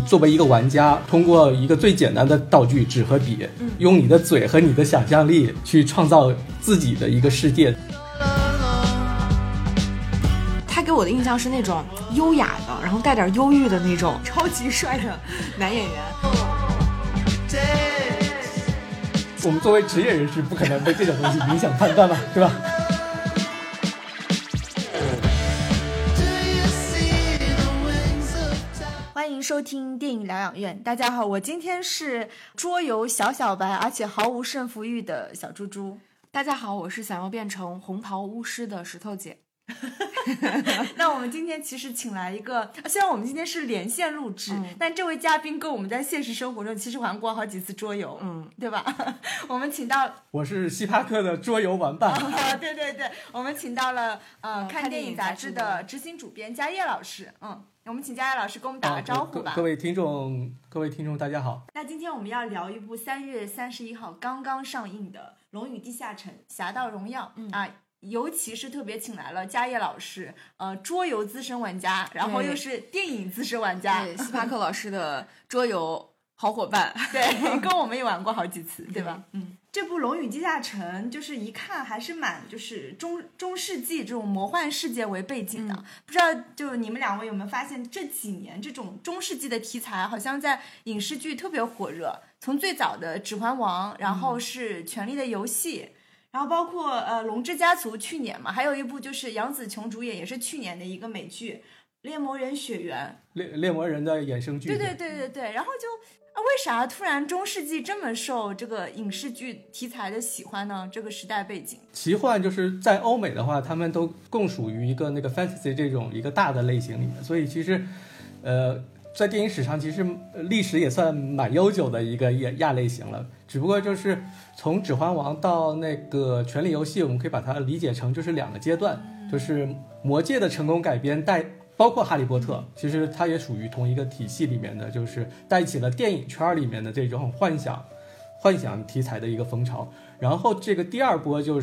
作为一个玩家，通过一个最简单的道具纸和笔，用你的嘴和你的想象力去创造自己的一个世界。 他给我的印象是那种优雅的，然后带点忧郁的那种超级帅的男演员。 我们作为职业人士不可能被这种东西影响判断嘛，对吧？ 欢迎收听电影疗养院。大家好，我今天是桌游小白而且毫无胜负欲的小猪猪。 大家好，我是想要变成红袍巫师的石头姐。 那我们今天其实请来一个，虽然我们今天是连线录制，但这位嘉宾跟我们在现实生活中其实玩过好几次桌游，对吧？我们请到， 我是希帕克的桌游玩伴。 对对对，我们请到了看电影杂志的执行主编佳叶老师。我们请佳叶老师跟我们打个招呼吧。 各位听众，大家好。 那今天我们要聊一部3月31号刚刚上映的《龙与地下城：侠盗荣耀》尤其是特别请来了佳叶老师，桌游资深玩家，然后又是电影资深玩家， 对，希帕克老师的桌游好伙伴， 对，跟我们也玩过好几次，对吧？这部《龙与地下城》就是一看还是蛮就是中世纪这种魔幻世界为背景的，不知道就你们两位有没有发现这几年这种中世纪的题材好像在影视剧特别火热，从最早的《指环王》，然后是《权力的游戏》。然后包括龙之家族去年嘛，还有一部就是杨紫琼主演也是去年的一个美剧《猎魔人血缘》， 猎魔人的衍生剧。 对，然后就为啥突然中世纪这么受这个影视剧题材的喜欢呢？这个时代背景， 奇幻就是在欧美的话，他们都共属于一个那个 fantasy 这种一个大的类型里面，所以其实在电影史上其实历史也算蛮悠久的一个亚类型了，只不过就是从《指环王》到那个《权力游戏》，我们可以把它理解成就是2个阶段，就是魔戒的成功改编包括《哈利波特》，其实它也属于同一个体系里面的，就是带起了电影圈里面的这种幻想题材的一个风潮。然后这个第2波就是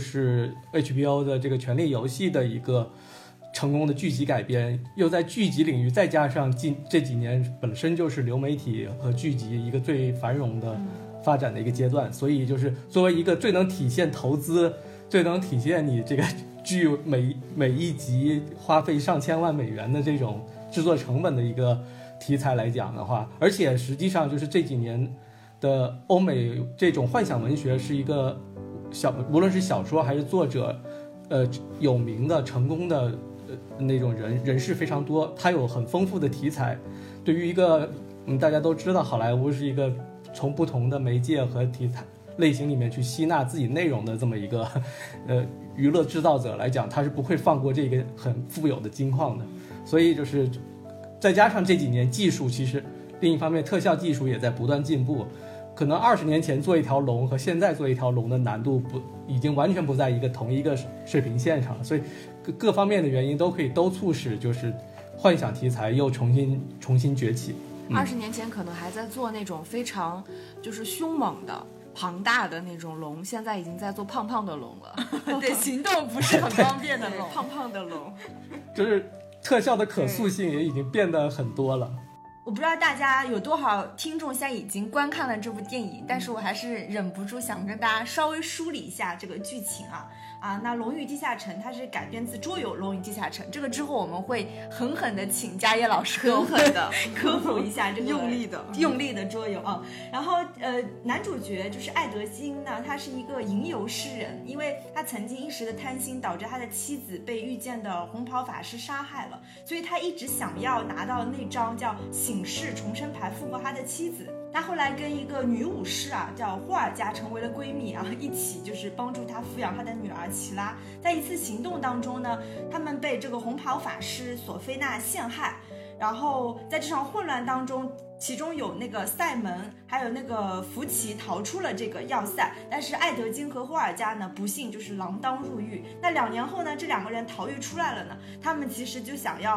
HBO 的这个《权力游戏》的一个成功的剧集改编，又在剧集领域再加上这几年本身就是流媒体和剧集一个最繁荣的发展的一个阶段，所以就是作为一个最能体现投资、最能体现你这个剧每一集花费上千万美元的这种制作成本的一个题材来讲的话，而且实际上就是这几年的欧美这种幻想文学是一个无论是小说还是作者，有名的成功的那种人士非常多，它有很丰富的题材。对于一个大家都知道好莱坞是一个从不同的媒介和题材类型里面去吸纳自己内容的这么一个娱乐制造者来讲，他是不会放过这个很富有的金矿的。所以就是再加上这几年技术，其实另一方面特效技术也在不断进步，可能20年前做一条龙和现在做一条龙的难度已经完全不在同一个水平线上了，所以各方面的原因都促使就是幻想题材又重新崛起。 20年前可能还在做那种非常就是凶猛的庞大的那种龙，现在已经在做胖胖的龙了。 对，行动不是很方便的龙， 胖胖的龙， 就是特效的可塑性也已经变得很多了。 我不知道大家有多少听众现在已经观看了这部电影，但是我还是忍不住想跟大家稍微梳理一下这个剧情那《龙与地下城》它是改编自桌游《龙与地下城》，这个之后我们会狠狠的请佳叶老师狠狠的科普一下这个用力的桌游然后男主角就是艾德辛呢，他是一个吟游诗人，因为他曾经一时的贪心导致他的妻子被遇见的红袍法师杀害了，所以他一直想要拿到那张叫醒世重生牌复活他的妻子。他后来跟一个女武士叫霍尔加成为了闺蜜一起就是帮助他抚养他的女儿齐拉。在一次行动当中呢，他们被这个红袍法师索菲娜陷害，然后在这场混乱当中，其中有那个塞门还有那个福奇逃出了这个要塞，但是艾德金和霍尔加呢不幸就是锒铛入狱。那2年后呢，这2个人逃狱出来了呢，他们其实就想要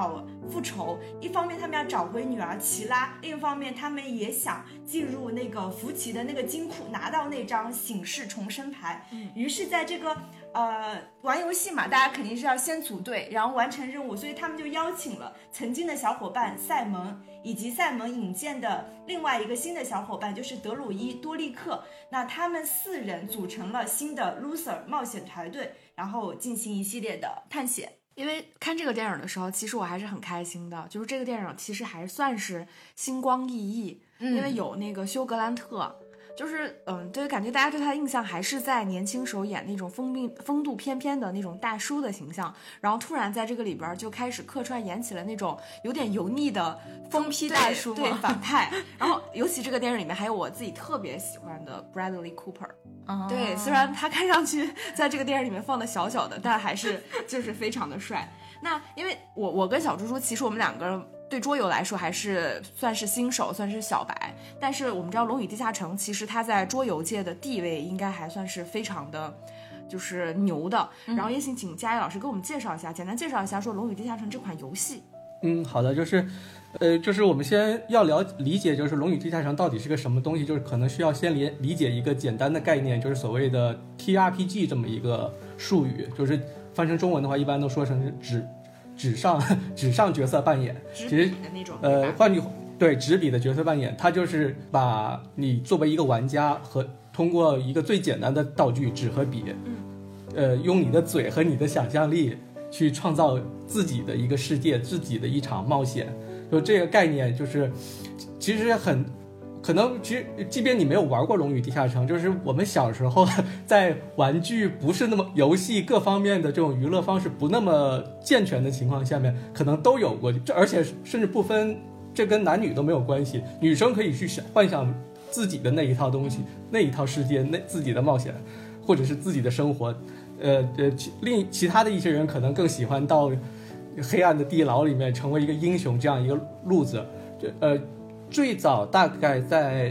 复仇，一方面他们要找回女儿奇拉，另一方面他们也想进入那个福奇的那个金库，拿到那张醒世重生牌。于是在这个玩游戏嘛，大家肯定是要先组队，然后完成任务，所以他们就邀请了曾经的小伙伴赛蒙，以及赛蒙引荐的另外一个新的小伙伴，就是德鲁伊多利克。那他们4人组成了新的 Loser 冒险团队，然后进行一系列的探险。 因为看这个电影的时候，其实我还是很开心的，就是这个电影其实还算是星光熠熠，因为有那个休格兰特，就是对，感觉大家对他的印象还是在年轻时候演那种风度翩翩的那种大叔的形象，然后突然在这个里边就开始客串演起了那种有点油腻的疯批大叔， 对反派。然后尤其这个电影里面还有我自己特别喜欢的 Bradley Cooper。对，虽然他看上去在这个电影里面放的小小的，但还是就是非常的帅。那因为我跟小猪猪其实我们两个对桌游来说还是算是新手，算是小白，但是我们知道《龙与地下城》其实它在桌游界的地位应该还算是非常的就是牛的。然后也请佳怡老师给我们介绍一下，简单介绍一下说《龙与地下城》这款游戏。 好的，就是我们先要理解，就是《龙与地下城》到底是个什么东西，就是可能需要先理解一个简单的概念，就是所谓的 TRPG 这么一个术语，就是翻成中文的话，一般都说成是纸上角色扮演， 纸笔的那种， 对纸笔的角色扮演，它就是把你作为一个玩家和通过一个最简单的道具纸和笔，用你的嘴和你的想象力去创造自己的一个世界，自己的一场冒险。就这个概念，就是其实很可能，其实即便你没有玩过《龙与地下城》，就是我们小时候在玩具不是那么游戏各方面的这种娱乐方式不那么健全的情况下面，可能都有过。而且甚至不分，这跟男女都没有关系，女生可以去幻想自己的那一套东西，那一套世界，自己的冒险，或者是自己的生活。其他的一些人可能更喜欢到黑暗的地牢里面成为一个英雄这样一个路子。最早大概在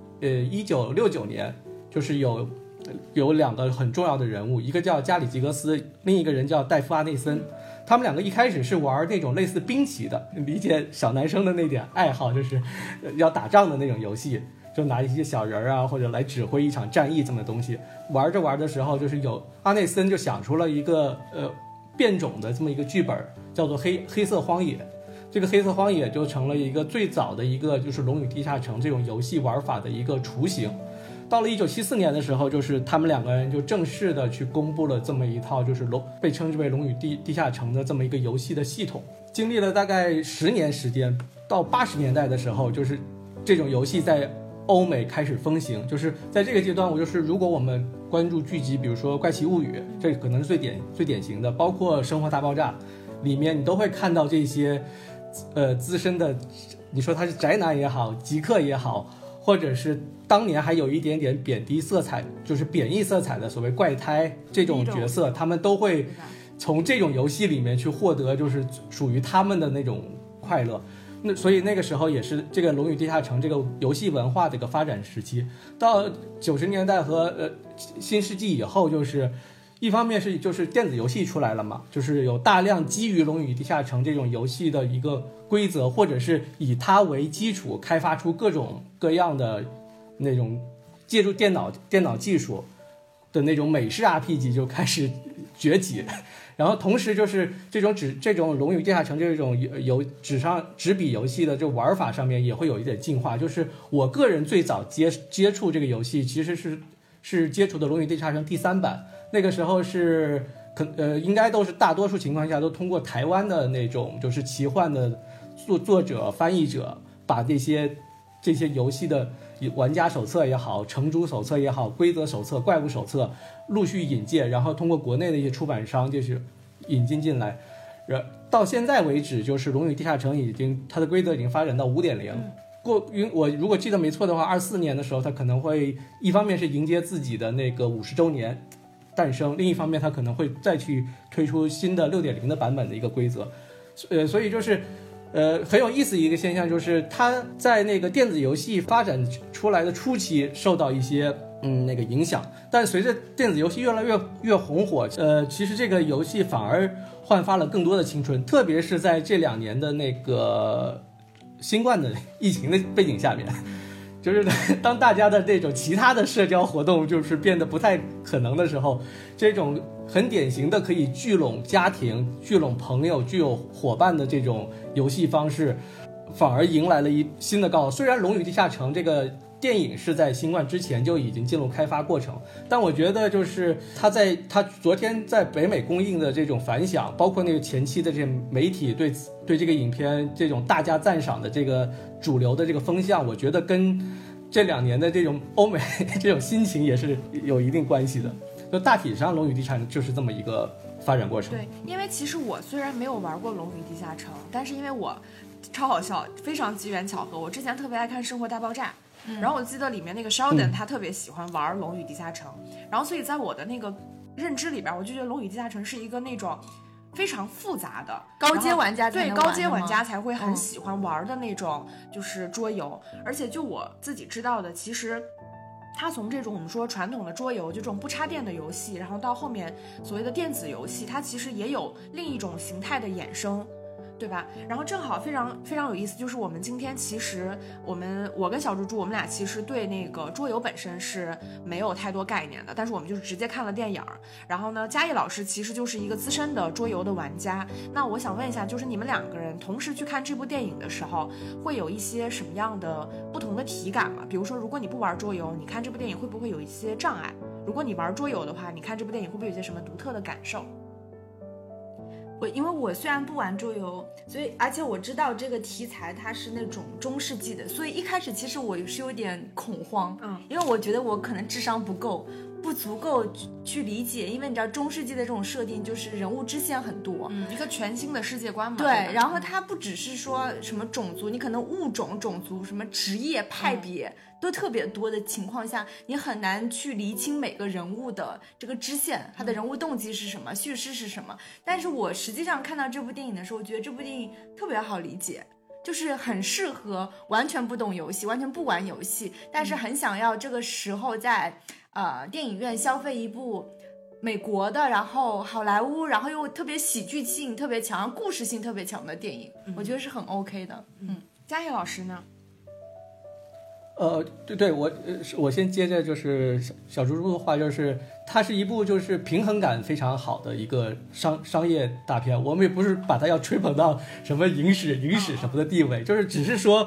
1969年，就是有2个很重要的人物，一个叫加里吉格斯，另一个人叫戴夫阿内森。他们2个一开始是玩那种类似兵棋的，理解小男生的那点爱好，就是要打仗的那种游戏，就拿一些小人啊，或者来指挥一场战役这么的东西。玩着玩的时候，就是有阿内森就想出了一个变种的这么一个剧本，叫做黑色荒野。这个黑色荒野就成了一个最早的一个就是《龙与地下城》这种游戏玩法的一个雏形。到了1974年的时候，就是他们2个人就正式的去公布了这么一套就是被称之为《龙与地下城》的这么一个游戏的系统。经历了大概10年时间，到80年代的时候，就是这种游戏在欧美开始风行。就是在这个阶段，如果我们关注剧集，比如说《怪奇物语》，这可能是最典型的，包括《生活大爆炸》里面，你都会看到这些资深的，你说他是宅男也好，极客也好，或者是当年还有一点点贬义色彩的所谓怪胎这种角色，他们都会从这种游戏里面去获得就是属于他们的那种快乐。所以那个时候也是这个《龙与地下城》这个游戏文化的一个发展时期。到90年代和新世纪以后，就是一方面是就是电子游戏出来了嘛，就是有大量基于《龙与地下城》这种游戏的一个规则，或者是以它为基础开发出各种各样的那种借助电脑技术的那种美式 RPG 就开始崛起。然后同时就是这种《龙与地下城》这种纸笔游戏的这玩法上面也会有一点进化。就是我个人最早接触这个游戏其实是接触的《龙与地下城》第3版，那个时候是应该都是大多数情况下都通过台湾的那种就是奇幻的作者翻译者，把这些游戏的玩家手册也好，城主手册也好，规则手册、怪物手册陆续引荐，然后通过国内的一些出版商就是引进进来。到现在为止，就是《龙与地下城》它的规则已经发展到 5.0。我如果记得没错的话，24年的时候，它可能会一方面是迎接自己的那个50周年诞生，另一方面它可能会再去推出新的 6.0 的版本的一个规则。所以就是很有意思一个现象，就是它在那个电子游戏发展出来的初期受到一些那个影响。但随着电子游戏越来越红火，其实这个游戏反而焕发了更多的青春，特别是在这2年的那个新冠的疫情的背景下面，就是当大家的这种其他的社交活动就是变得不太可能的时候，这种很典型的可以聚拢家庭、聚拢朋友、具有伙伴的这种游戏方式，反而迎来了一新的高潮。虽然《龙与地下城》这个电影是在新冠之前就已经进入开发过程，但我觉得就是他昨天在北美公映的这种反响，包括那个前期的这些媒体对这个影片这种大家赞赏的这个主流的这个风向，我觉得跟这2年的这种欧美这种心情也是有一定关系的。就大体上《龙与地下城》就是这么一个发展过程。 对，因为其实我虽然没有玩过《龙与地下城》，但是因为我超好笑，非常机缘巧合，我之前特别爱看《生活大爆炸》。然后我记得里面那个 Sheldon 他特别喜欢玩《龙与地下城》，然后所以在我的那个认知里边，我就觉得《龙与地下城》是一个那种非常复杂的高阶玩家对高阶玩家才会很喜欢玩的那种就是桌游。而且就我自己知道的，其实它从这种我们说传统的桌游，就这种不插电的游戏，然后到后面所谓的电子游戏，它其实也有另一种形态的衍生，对吧？然后正好非常非常有意思，就是我们今天其实我跟小猪猪我们俩其实对那个桌游本身是没有太多概念的，但是我们就是直接看了电影。然后呢，嘉义老师其实就是一个资深的桌游的玩家。那我想问一下，就是你们2个人同时去看这部电影的时候，会有一些什么样的不同的体感吗？比如说，如果你不玩桌游，你看这部电影会不会有一些障碍？如果你玩桌游的话，你看这部电影会不会有一些什么独特的感受？ 因为我虽然不玩桌游，所以而且我知道这个题材它是那种中世纪的，所以一开始其实我是有点恐慌，因为我觉得我可能智商不足够去理解，因为你知道中世纪的这种设定就是人物支线很多， 一个全新的世界观嘛。 对，然后它不只是说什么种族，你可能物种、种族、什么职业、派别。都特别多的情况下，你很难去厘清每个人物的这个支线，他的人物动机是什么，叙事是什么。但是我实际上看到这部电影的时候，我觉得这部电影特别好理解，就是很适合完全不懂游戏、完全不玩游戏，但是很想要这个时候在电影院消费一部美国的，然后好莱坞，然后又特别喜剧性特别强、故事性特别强的电影，我觉得是很 OK 的。 嘉义老师呢？ 对，我先接着就是小猪猪的话，就是它是一部就是平衡感非常好的一个商业大片。我们也不是把它要吹捧到什么影史什么的地位，就是只是说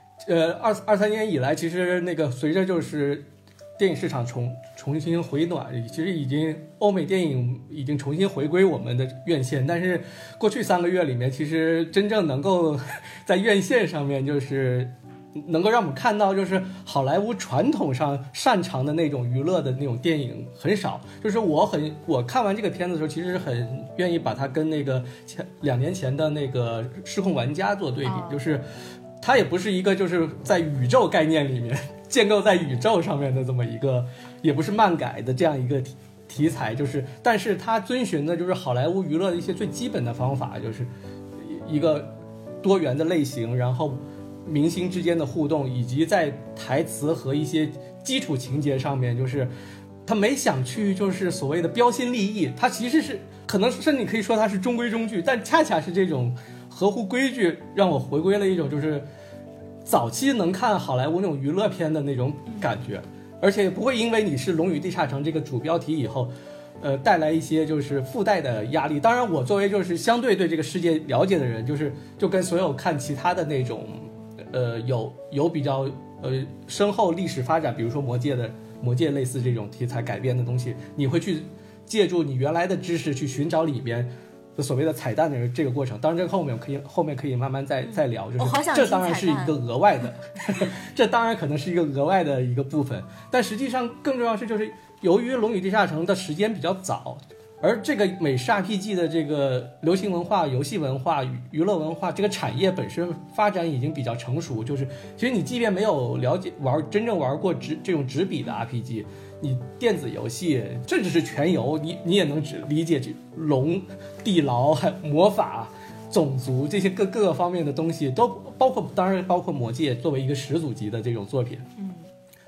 ，23年以来，其实那个随着就是电影市场重新回暖，其实已经欧美电影已经重新回归我们的院线，但是过去3个月里面，其实真正能够在院线上面就是能够让我们看到就是好莱坞传统上擅长的那种娱乐的那种电影很少。就是我看完这个片子的时候，其实很愿意把它跟那个2年前的那个失控玩家做对比，就是它也不是一个就是在宇宙概念里面建构在宇宙上面的这么一个，也不是漫改的这样一个题材，就是但是它遵循的就是好莱坞娱乐的一些最基本的方法，就是一个多元的类型，然后明星之间的互动，以及在台词和一些基础情节上面，就是他没想去就是所谓的标新立异，他其实是可能甚至可以说他是中规中矩，但恰恰是这种合乎规矩让我回归了一种就是早期能看好莱坞那种娱乐片的那种感觉，而且不会因为你是《龙与地下城》这个主标题以后带来一些就是附带的压力。当然我作为就是相对对这个世界了解的人，就跟所有看其他的那种有比较深厚历史发展，比如说魔戒类似这种题材改编的东西，你会去借助你原来的知识去寻找里边的所谓的彩蛋的这个过程。当然这个后面可以慢慢再聊，就是这当然是一个额外的这当然可能是一个额外的一个部分，但实际上更重要是就是由于《龙与地下城》的时间比较早，而这个美式 RPG 的这个流行文化、游戏文化、娱乐文化这个产业本身发展已经比较成熟，就是其实你即便没有真正玩过这种纸笔的 RPG， 你电子游戏甚至是全游，你也能理解龙、地牢、魔法、种族这些各个方面的东西，都当然包括魔戒作为一个始祖级的这种作品，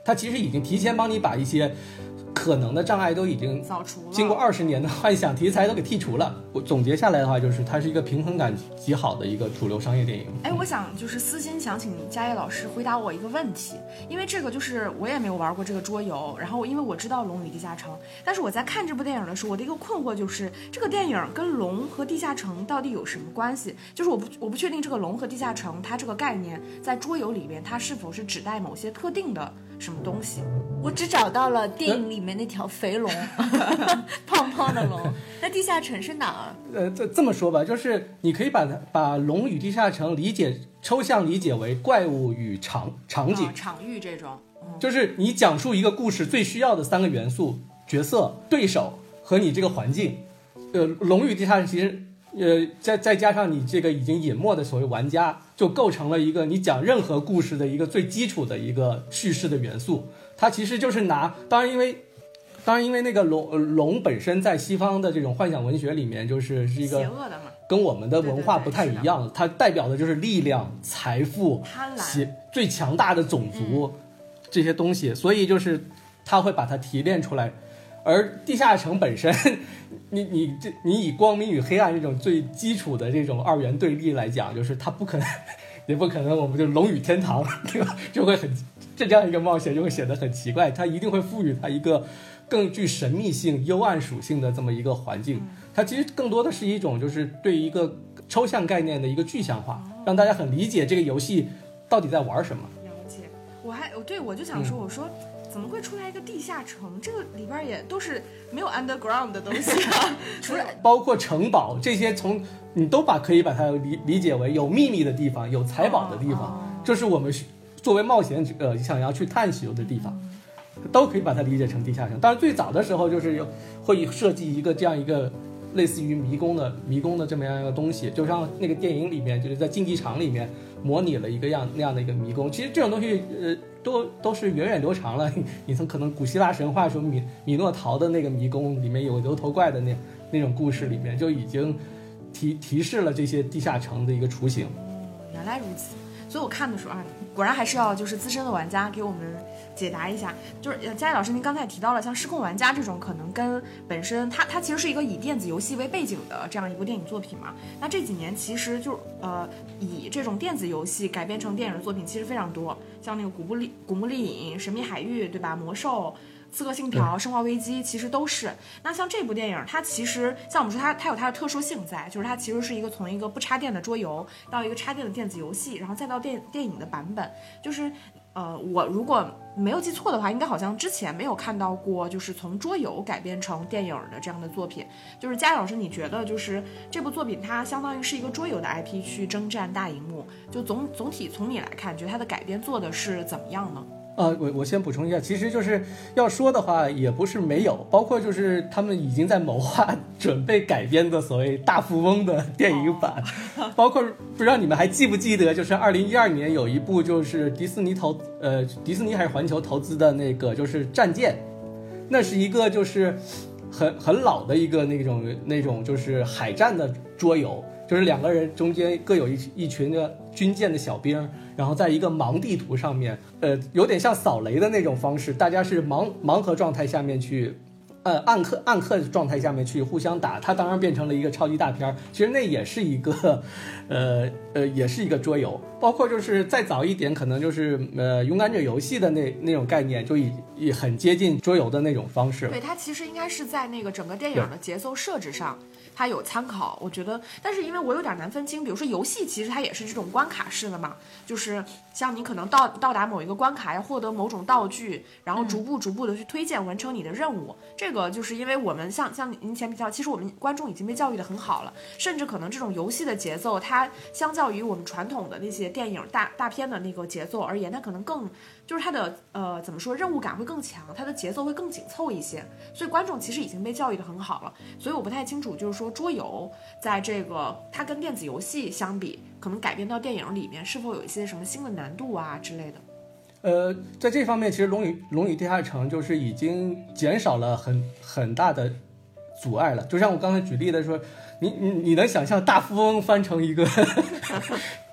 它其实已经提前帮你把一些可能的障碍都已经扫除了， 经过20年的幻想题材都给剔除了。我总结下来的话，就是它是一个平衡感极好的一个主流商业电影。 我想就是私心想请嘉业老师回答我一个问题，因为这个就是我也没有玩过这个桌游，然后因为我知道《龙与地下城》，但是我在看这部电影的时候，我的一个困惑就是这个电影跟龙和地下城到底有什么关系？就是我不确定这个龙和地下城它这个概念在桌游里边它是否是指代某些特定的什么东西。 我只找到了电影里面那条肥龙胖胖的龙，那地下城是哪儿？ 这么说吧，就是你可以把龙与地下城抽象理解为怪物与场景、 场域这种， 就是你讲述一个故事最需要的3个元素：角色、对手和你这个环境。龙与地下城其实再加上你这个已经隐没的所谓玩家，就构成了一个你讲任何故事的一个最基础的一个叙事的元素。它其实就是当然因为那个龙本身在西方的这种幻想文学里面是一个邪恶的嘛， 跟我们的文化不太一样，它代表的就是力量、财富、 贪婪、 最强大的种族这些东西，所以就是它会把它提炼出来。而地下城本身，你以光明与黑暗这种最基础的这种2元对立来讲，就是它不可能，也不可能，我们就龙与天堂，对吧？就会这样一个冒险就会显得很奇怪。它一定会赋予它一个更具神秘性、幽暗属性的这么一个环境。它其实更多的是一种就是对一个抽象概念的一个具象化，让大家很理解这个游戏到底在玩什么。 了解。我就想说，我说。怎么会出来一个地下城？这个里边也都是没有 underground 的东西啊， 除了包括城堡这些，你都可以把它理解为有秘密的地方，有财宝的地方，这是我们作为冒险者想要去探寻的地方，都可以把它理解成地下城。当然最早的时候就是会设计一个这样一个类似于迷宫的这么样一个东西，就像那个电影里面就是在竞技场里面模拟了一个那样的一个迷宫。其实这种东西都是源远流长了。你从可能古希腊神话说米诺陶的那个迷宫里面有牛头怪的那种故事里面就已经提示了这些地下城的一个雏形。 原来如此。所以我看的时候果然还是要就是资深的玩家给我们解答一下。就是嘉义老师您刚才也提到了像失控玩家这种可能跟本身它其实是一个以电子游戏为背景的这样一部电影作品嘛。那这几年其实就以这种电子游戏改编成电影的作品其实非常多，像那个古墓丽影、神秘海域，对吧？魔兽、刺客信条、生化危机其实都是。那像这部电影它其实像我们说它有它的特殊性在，就是它其实是一个从一个不插电的桌游到一个插电的电子游戏，然后再到电影的版本。就是我如果没有记错的话，应该好像之前没有看到过就是从桌游改编成电影的这样的作品。就是嘉义老师你觉得就是这部作品它相当于是一个桌游的 IP 去征战大荧幕，就总体从你来看觉得它的改编做的是怎么样呢？ 我先补充一下，其实就是要说的话也不是没有，包括就是他们已经在谋划准备改编的所谓大富翁的电影版，包括不知道你们还记不记得，就是2012年有一部就是迪士尼还是环球投资的那个就是战舰，那是一个就是很老的一个那种就是海战的桌游，就是2个人中间各有一群的军舰的小兵，然后在一个盲地图上面，有点像扫雷的那种方式，大家是盲盒状态下面去，暗刻状态下面去互相打，它当然变成了一个超级大片。其实那也是一个，也是一个桌游。包括就是再早一点，可能就是勇敢者游戏的那种概念，就也很接近桌游的那种方式。 对，它其实应该是在那个整个电影的节奏设置上。它有参考，我觉得，但是因为我有点难分清，比如说游戏其实它也是这种关卡式的嘛，就是像你可能到达某一个关卡要获得某种道具，然后逐步的去推荐完成你的任务。这个就是因为我们像您前面提到，其实我们观众已经被教育的很好了，甚至可能这种游戏的节奏，它相较于我们传统的那些电影大片的那个节奏而言，它可能更就是它的怎么说，任务感会更强，它的节奏会更紧凑一些，所以观众其实已经被教育的很好了。所以我不太清楚，就是说桌游在这个它跟电子游戏相比，可能改编到电影里面是否有一些什么新的难度啊之类的。 在这方面，其实龙与地下城就是已经减少了很大的阻碍了。就像我刚才举例的说，你能想象大富翁翻成一个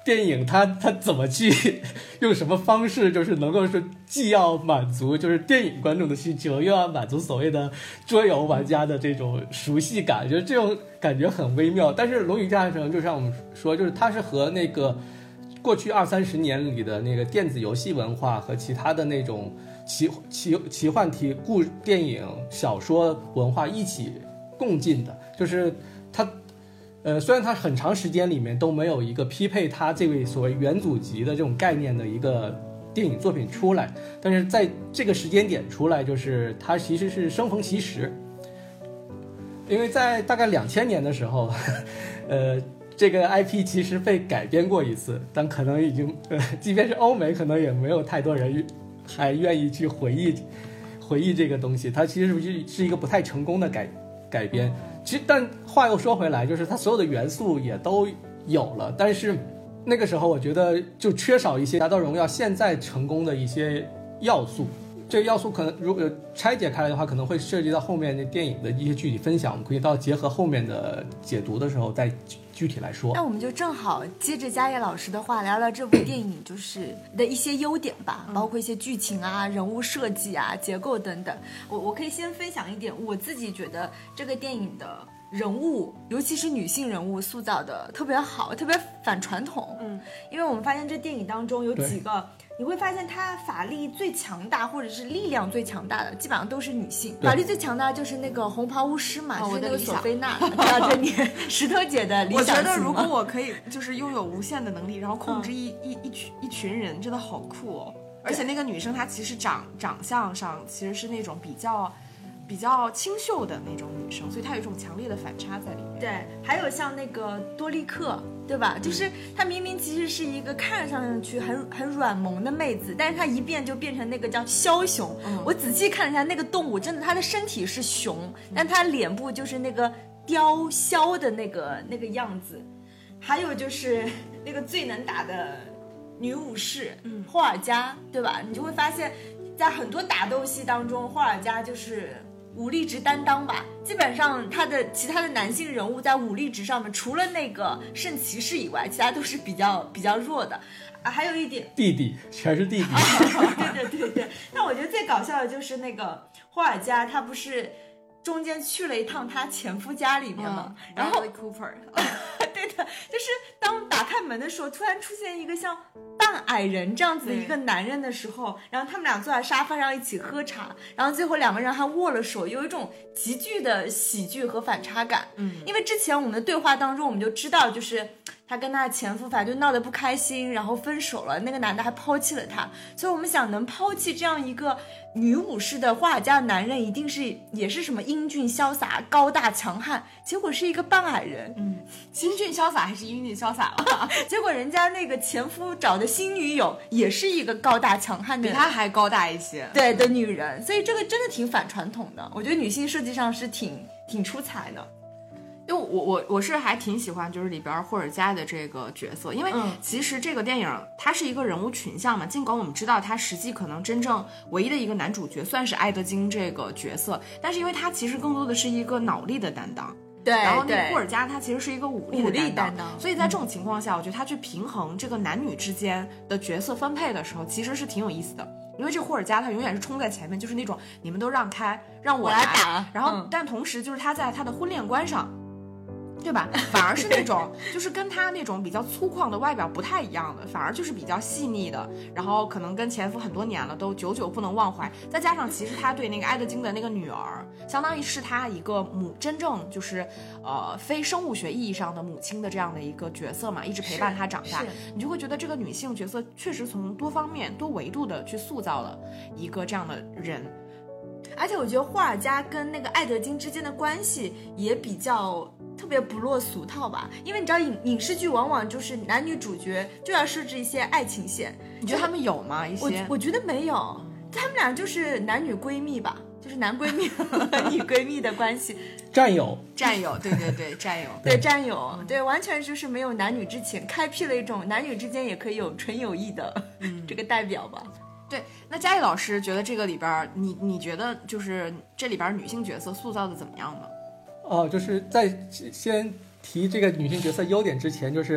电影它怎么去用什么方式，就是能够是既要满足就是电影观众的需求，又要满足所谓的桌游玩家的这种熟悉感，就是这种感觉很微妙。但是《龙与地下城》就像我们说，就是它是和那个过去20-30年里的那个电子游戏文化和其他的那种奇幻电影、小说文化一起共进的，就是它。虽然它很长时间里面都没有一个匹配它这位所谓元祖级的这种概念的一个电影作品出来，但是在这个时间点出来，就是它其实是生逢其时。因为在大概2000年的时候，这个 IP 其实被改编过一次，但可能已经即便是欧美，可能也没有太多人还愿意去回忆这个东西。它其实是一个不太成功的改编。其实，但话又说回来，就是它所有的元素也都有了，但是那个时候我觉得就缺少一些《侠盗荣耀》现在成功的一些要素。这个要素可能如果拆解开来的话，可能会涉及到后面的电影的一些具体分享，我们可以到结合后面的解读的时候再具体来说。 那我们就正好接着嘉业老师的话聊聊这部电影就是的一些优点吧，包括一些剧情啊、人物设计啊、结构等等。我可以先分享一点，我自己觉得这个电影的人物，尤其是女性人物塑造的特别好，特别反传统。因为我们发现这电影当中有几个，你会发现她法力最强大或者是力量最强大的基本上都是女性。法力最强大就是那个红袍巫师嘛，就是那个索菲娜。这你石头姐的理想型。 我觉得如果我可以就是拥有无限的能力，然后控制一群人，真的好酷哦。而且那个女生她其实长相上其实是那种比较清秀的那种女生，所以她有一种强烈的反差在里面。 对，还有像那个多利克，对吧？就是她明明其实是一个看上去很软萌的妹子，但是她一变就变成那个叫枭雄。我仔细看了一下那个动物，真的她的身体是熊，但她脸部就是那个雕枭的那个样子。还有就是那个最能打的女武士，霍尔加，对吧？你就会发现在很多打斗戏当中，霍尔加就是武力值担当吧，基本上其他的男性人物在武力值上面，除了那个圣骑士以外，其他都是比较弱的。还有一点， 弟弟全是弟弟。 对。但我觉得最搞笑的就是那个霍尔加，他不是中间去了一趟他前夫家里面嘛，然后 Cooper， 对的，就是当打开门的时候，突然出现一个像半矮人这样子的一个男人的时候，然后他们俩坐在沙发上一起喝茶，然后最后两个人还握了手，有一种极具的喜剧和反差感。因为之前我们的对话当中我们就知道，就是她跟她的前夫反正就闹得不开心，然后分手了，那个男的还抛弃了她，所以我们想能抛弃这样一个女武士的霍尔加的男人，一定是也是什么英俊潇洒、高大强悍，结果是一个半矮人。 英俊潇洒还是英俊潇洒了？ 结果人家那个前夫找的新女友也是一个高大强悍的， 比他还高大一些， 对的女人，所以这个真的挺反传统的。我觉得女性设计上是挺出彩的。 因为我是还挺喜欢就是里边霍尔加的这个角色，因为其实这个电影它是一个人物群像嘛，尽管我们知道他实际可能真正唯一的一个男主角算是艾德金这个角色，但是因为他其实更多的是一个脑力的担当。 对， 然后那个霍尔加他其实是一个武力担当， 所以在这种情况下，我觉得他去平衡这个男女之间的角色分配的时候，其实是挺有意思的。因为这霍尔加他永远是冲在前面，就是那种你们都让开，让我来打。 然后，但同时就是他在他的婚恋观上，对吧？反而是那种就是跟他那种比较粗犷的外表不太一样的，反而就是比较细腻的，然后可能跟前夫很多年了都久久不能忘怀，再加上其实他对那个艾德金的那个女儿相当于是他一个真正就是非生物学意义上的母亲的这样的一个角色嘛，一直陪伴他长大，你就会觉得这个女性角色确实从多方面多维度的去塑造了一个这样的人。 而且我觉得霍尔加跟那个艾德金之间的关系也比较特别不落俗套吧，因为你知道影视剧往往就是男女主角就要设置一些爱情线， 你觉得他们有吗？一些我觉得没有，他们俩就是男女闺蜜吧，就是男闺蜜和女闺蜜的关系， 战友， 对对对，战友， 对战友，对，完全就是没有男女之情，开辟了一种男女之间也可以有纯友谊的这个代表吧。 对，那佳艺老师觉得这个里边，你觉得就是这里边女性角色塑造的怎么样呢？ 就是在先提这个女性角色优点之前，就是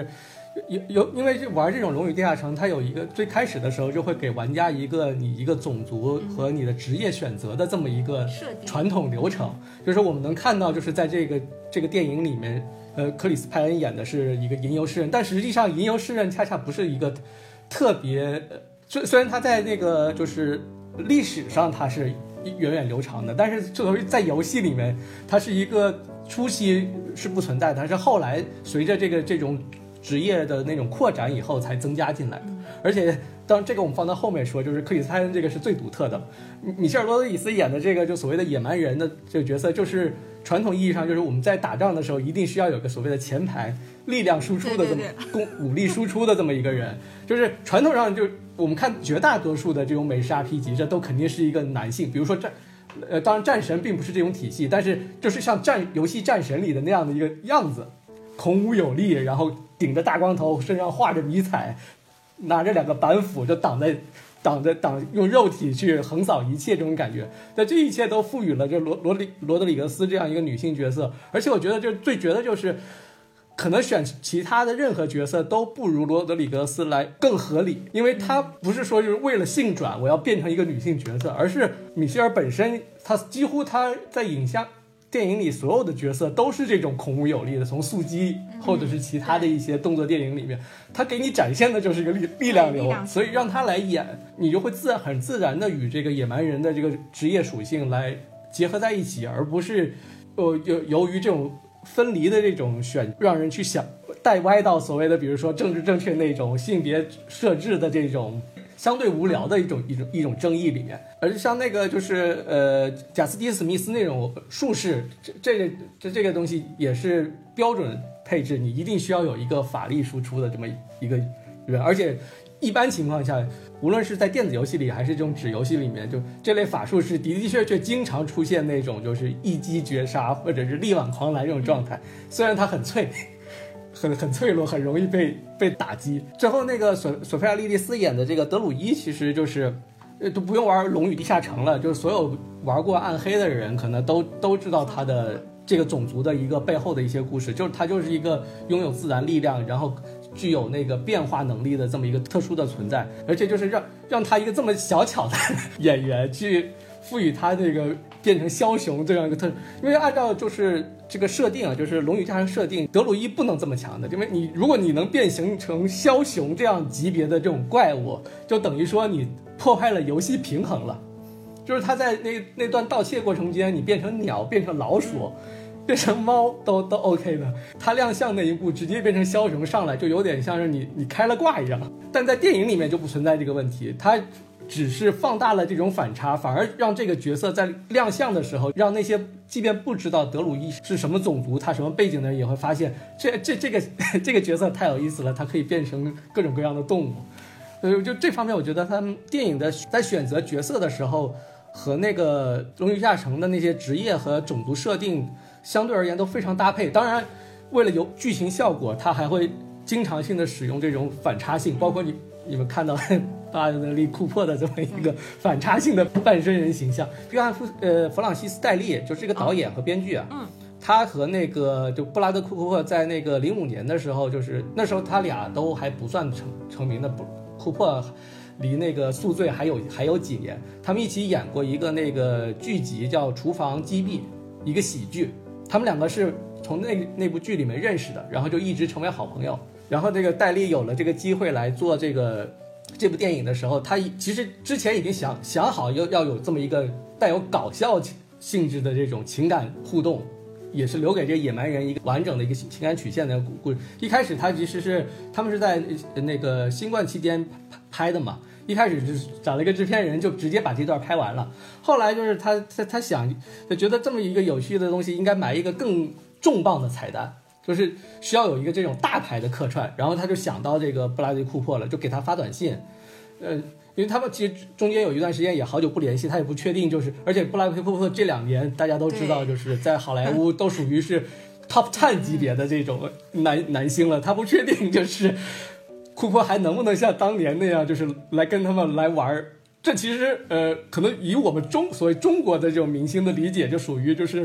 因为玩这种龙与地下城，它有一个最开始的时候就会给玩家一个种族和你的职业选择的这么一个传统流程，就是我们能看到，就是在这个电影里面，克里斯派恩演的是一个吟游诗人，但实际上吟游诗人恰恰不是一个特别，虽然他在那个就是历史上他是源远流长的，但是作为在游戏里面，它是一个初期是不存在的，但是后来随着这种职业的那种扩展以后才增加进来的。而且当这个我们放到后面说，就是克里斯派恩这个是最独特的。米歇尔罗德里斯演的这个就所谓的野蛮人的这个角色，就是传统意义上就是我们在打仗的时候一定需要有个所谓的前排力量输出的这么武力输出的这么一个人，就是传统上就我们看绝大多数的这种美式 RPG， 这都肯定是一个男性，比如说当然战神并不是这种体系，但是就是像游戏战神里的那样的一个样子，孔武有力，然后顶着大光头，身上画着迷彩，拿着2个板斧就挡用肉体去横扫一切这种感觉。但这一切都赋予了这罗德里格斯这样一个女性角色，而且我觉得就最绝的就是可能选其他的任何角色都不如罗德里格斯来更合理，因为他不是说就是为了性转我要变成一个女性角色，而是米歇尔本身他几乎他在电影里所有的角色都是这种孔武有力的，从速激或者是其他的一些动作电影里面，他给你展现的就是一个力量流，所以让他来演，你就会很自然的与这个野蛮人的这个职业属性来结合在一起，而不是由于这种分离的这种让人去想带歪到所谓的比如说政治正确那种性别设置的这种相对无聊的一种争议里面。而像那个就是贾斯汀·史密斯那种术士，这个东西也是标准配置，你一定需要有一个法力输出的这么一个人，而且一般情况下，无论是在电子游戏里还是这种纸游戏里面，就这类法术是的确经常出现那种就是一击绝杀或者是力挽狂澜这种状态，虽然它很脆。很脆弱，很容易被打击。最后那个索菲亚·莉莉丝演的这个德鲁伊，其实就是都不用玩《龙与地下城》了，就是所有玩过暗黑的人可能都知道他的这个种族的一个背后的一些故事，就是他就是一个拥有自然力量，然后具有那个变化能力的这么一个特殊的存在，而且就是让他一个这么小巧的演员去赋予他这个变成枭雄这样一个因为按照就是这个设定啊，就是龙与地下城设定，德鲁伊不能这么强的，因为如果你能变形成枭雄这样级别的这种怪物，就等于说你破坏了游戏平衡了。就是他在那段盗窃过程间，你变成鸟，变成老鼠，变成猫都 OK 的。他亮相那一步直接变成枭雄上来，就有点像是你开了挂一样。但在电影里面就不存在这个问题，他只是放大了这种反差，反而让这个角色在亮相的时候，让那些即便不知道德鲁伊是什么种族，他什么背景的人也会发现，这个角色太有意思了，他可以变成各种各样的动物。就这方面，我觉得他们电影的在选择角色的时候，和那个《龙与地下城》的那些职业和种族设定相对而言都非常搭配。当然，为了有剧情效果，他还会经常性的使用这种反差性，包括你们看到巴德利·库珀的这么一个反差性的半身人形象。约翰弗朗西斯·戴利就是这个导演和编剧啊，他和那个就布拉德·库珀在那个05年的时候，就是那时候他俩都还不算成名的，库珀离那个宿醉还有几年，他们一起演过一个那个剧集叫《厨房击毙》，一个喜剧。他们两个是从那部剧里面认识的，然后就一直成为好朋友。然后这个戴利有了这个机会来做这部电影的时候，他其实之前已经想好要有这么一个带有搞笑性质的这种情感互动，也是留给这个野蛮人一个完整的一个情感曲线的故事。一开始他们是在那个新冠期间拍的嘛，一开始就是找了一个制片人就直接把这段拍完了。后来就是他觉得这么一个有趣的东西应该买一个更重磅的彩蛋，就是需要有一个这种大牌的客串，然后他就想到这个布拉德·库珀了，就给他发短信，因为他们其实中间有一段时间也好久不联系，他也不确定，就是而且布拉德·库珀这2年大家都知道，就是在好莱坞都属于是 top 10级别的这种男星了，他不确定就是库珀还能不能像当年那样，就是来跟他们来玩。这其实可能以我们所谓中国的这种明星的理解，就属于就是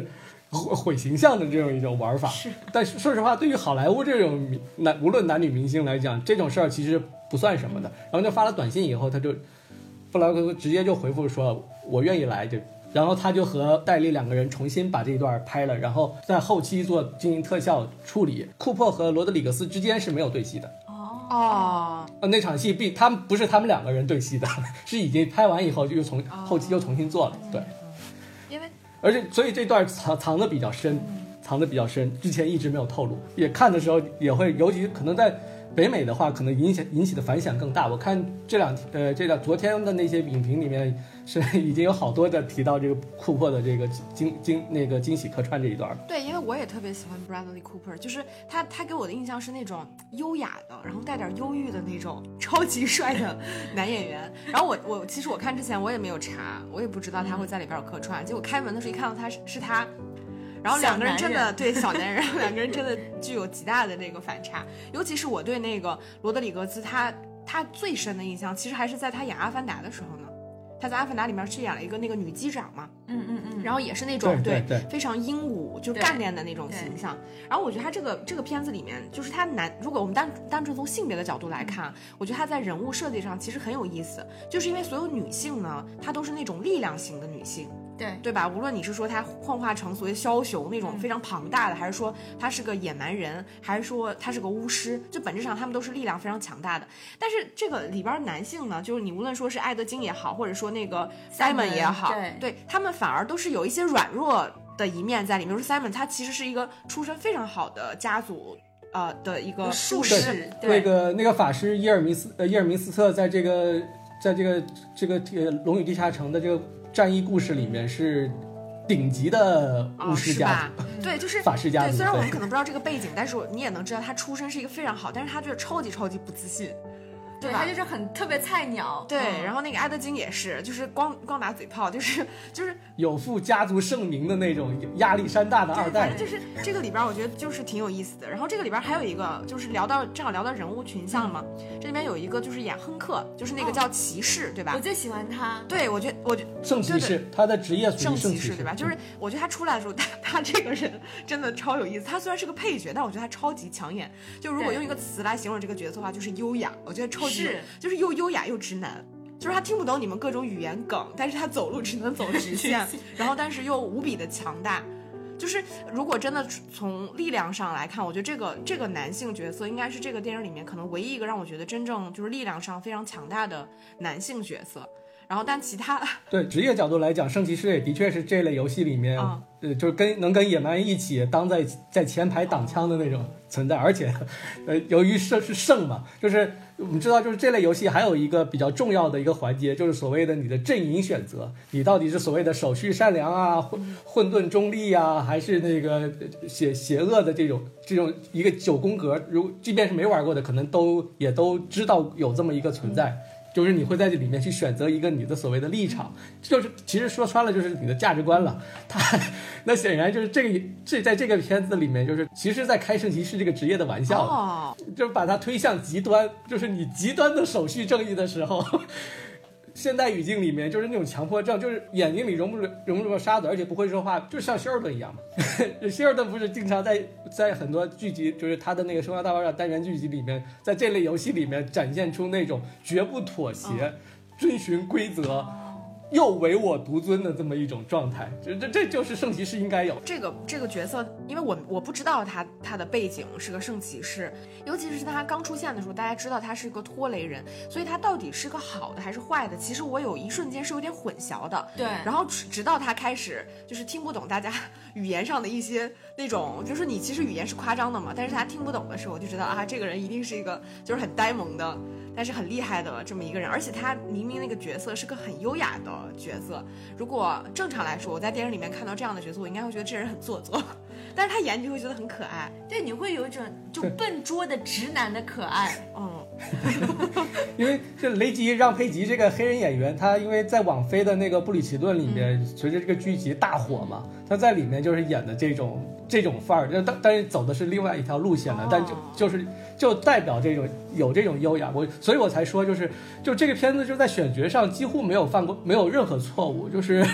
毁形象的这种一种玩法。但是说实话，对于好莱坞这种无论男女明星来讲，这种事儿其实不算什么的。然后就发了短信以后，布莱克直接就回复说我愿意来，然后他就和戴利2个人重新把这一段拍了，然后在后期进行特效处理。库珀和罗德里格斯之间是没有对戏的。那场戏他们不是他们2个人对戏的，是已经拍完以后就后期又重新做了。对， 因为而且所以这段藏的比较深，之前一直没有透露。也看的时候也会，尤其可能在北美的话，可能引起的反响更大。我看昨天的那些影评里面是已经有好多的提到这个库珀的这个惊喜客串这一段。 对，因为我也特别喜欢 Bradley Cooper， 就是他给我的印象是那种优雅的，然后带点忧郁的那种超级帅的男演员。然后我其实我看之前我也没有查，我也不知道他会在里边有客串，结果开门的时候一看到他是他。然后2个人真的对小男人，2个人真的具有极大的那个反差。尤其是我对那个罗德里格兹，他最深的印象，其实还是在他演《阿凡达》的时候呢。他在《阿凡达》里面是演了一个那个女机长嘛，然后也是那种对非常英武，就是干练的那种形象。然后我觉得他这个片子里面，就是他如果我们单纯从性别的角度来看，我觉得他在人物设计上其实很有意思，就是因为所有女性呢，她都是那种力量型的女性。对吧？无论你是说他幻化成所谓枭雄那种非常庞大的，还是说他是个野蛮人，还是说他是个巫师，就本质上他们都是力量非常强大的。但是这个里边男性呢，就是你无论说是爱德金也好，或者说那个 Simon 也好，对他们反而都是有一些软弱的一面在里面。比如说 Simon 他其实是一个出身非常好的家族的一个术士， 那个法师伊尔明斯特在这个龙与地下城的这个战役故事里面是顶级的巫师家族， 对，就是法师家族。 对，虽然我们可能不知道这个背景，但是你也能知道他出身是一个非常好，但是他就是超级不自信。 对，他就是特别菜鸟。 对，然后那个爱德金也是，就是光打嘴炮，就是有负家族盛名的那种亚历山大的二代。 反正就是这个里边，我觉得就是挺有意思的。然后这个里边还有一个，就是正好聊到人物群像嘛，这里边有一个就是演亨克，就是那个叫骑士，对吧？ 我最喜欢他。 对，我觉得圣骑士，他的职业属于圣骑士，对吧？就是我觉得他出来的时候，他这个人真的超有意思。他虽然是个配角，但我觉得他超级抢眼。就如果用一个词来形容这个角色的话，就是优雅。我觉得超级就是又优雅又直男，就是他听不懂你们各种语言梗，但是他走路只能走直线，然后但是又无比的强大。就是如果真的从力量上来看，我觉得这个男性角色应该是这个电影里面可能唯一一个让我觉得真正就是力量上非常强大的男性角色。然后但其他对职业角度来讲，圣骑士也的确是这类游戏里面就是能跟野蛮人一起当在前排挡枪的那种存在。而且由于是圣嘛，就是我们知道就是这类游戏还有一个比较重要的一个环节，就是所谓的你的阵营选择，你到底是所谓的守序善良啊，混沌中立啊，还是那个邪恶的这种一个9宫格，即便是没玩过的可能也都知道有这么一个存在。就是你会在这里面去选择一个你的所谓的立场，就是其实说穿了就是你的价值观了。那显然就是在这个片子里面，就是其实在开圣骑士这个职业的玩笑，就是把它推向极端，就是你极端的守序正义的时候。现代语境里面就是那种强迫症，就是眼睛里容不住沙子，而且不会说话，就像希尔顿一样嘛。希尔顿不是经常在很多剧集，就是他的那个《生活大爆炸》单元剧集里面，在这类游戏里面展现出那种绝不妥协、遵循规则又唯我独尊的这么一种状态。这就是圣骑士应该有这个角色。因为我不知道他的背景是个圣骑士，尤其是他刚出现的时候，大家知道他是个拖雷人，所以他到底是个好的还是坏的，其实我有一瞬间是有点混淆的。 对， 然后直到他开始就是听不懂大家语言上的一些那种，就是你其实语言是夸张的嘛，但是他听不懂的时候，我就知道啊，这个人一定是一个就是很呆萌的，但是很厉害的这么一个人。而且他明明那个角色是个很优雅的角色，如果正常来说我在电影里面看到这样的角色，我应该会觉得这人很做作，但是他演你就会觉得很可爱。 对，你会有一种就笨拙的直男的可爱。 因为这雷吉让佩吉这个黑人演员，他因为在网飞的那个布里奇顿里面，随着这个剧集大火嘛，他在里面就是演的这种范儿，但是走的是另外一条路线了，但就代表有这种优雅。所以我才说就这个片子就在选角上几乎没有任何错误，就是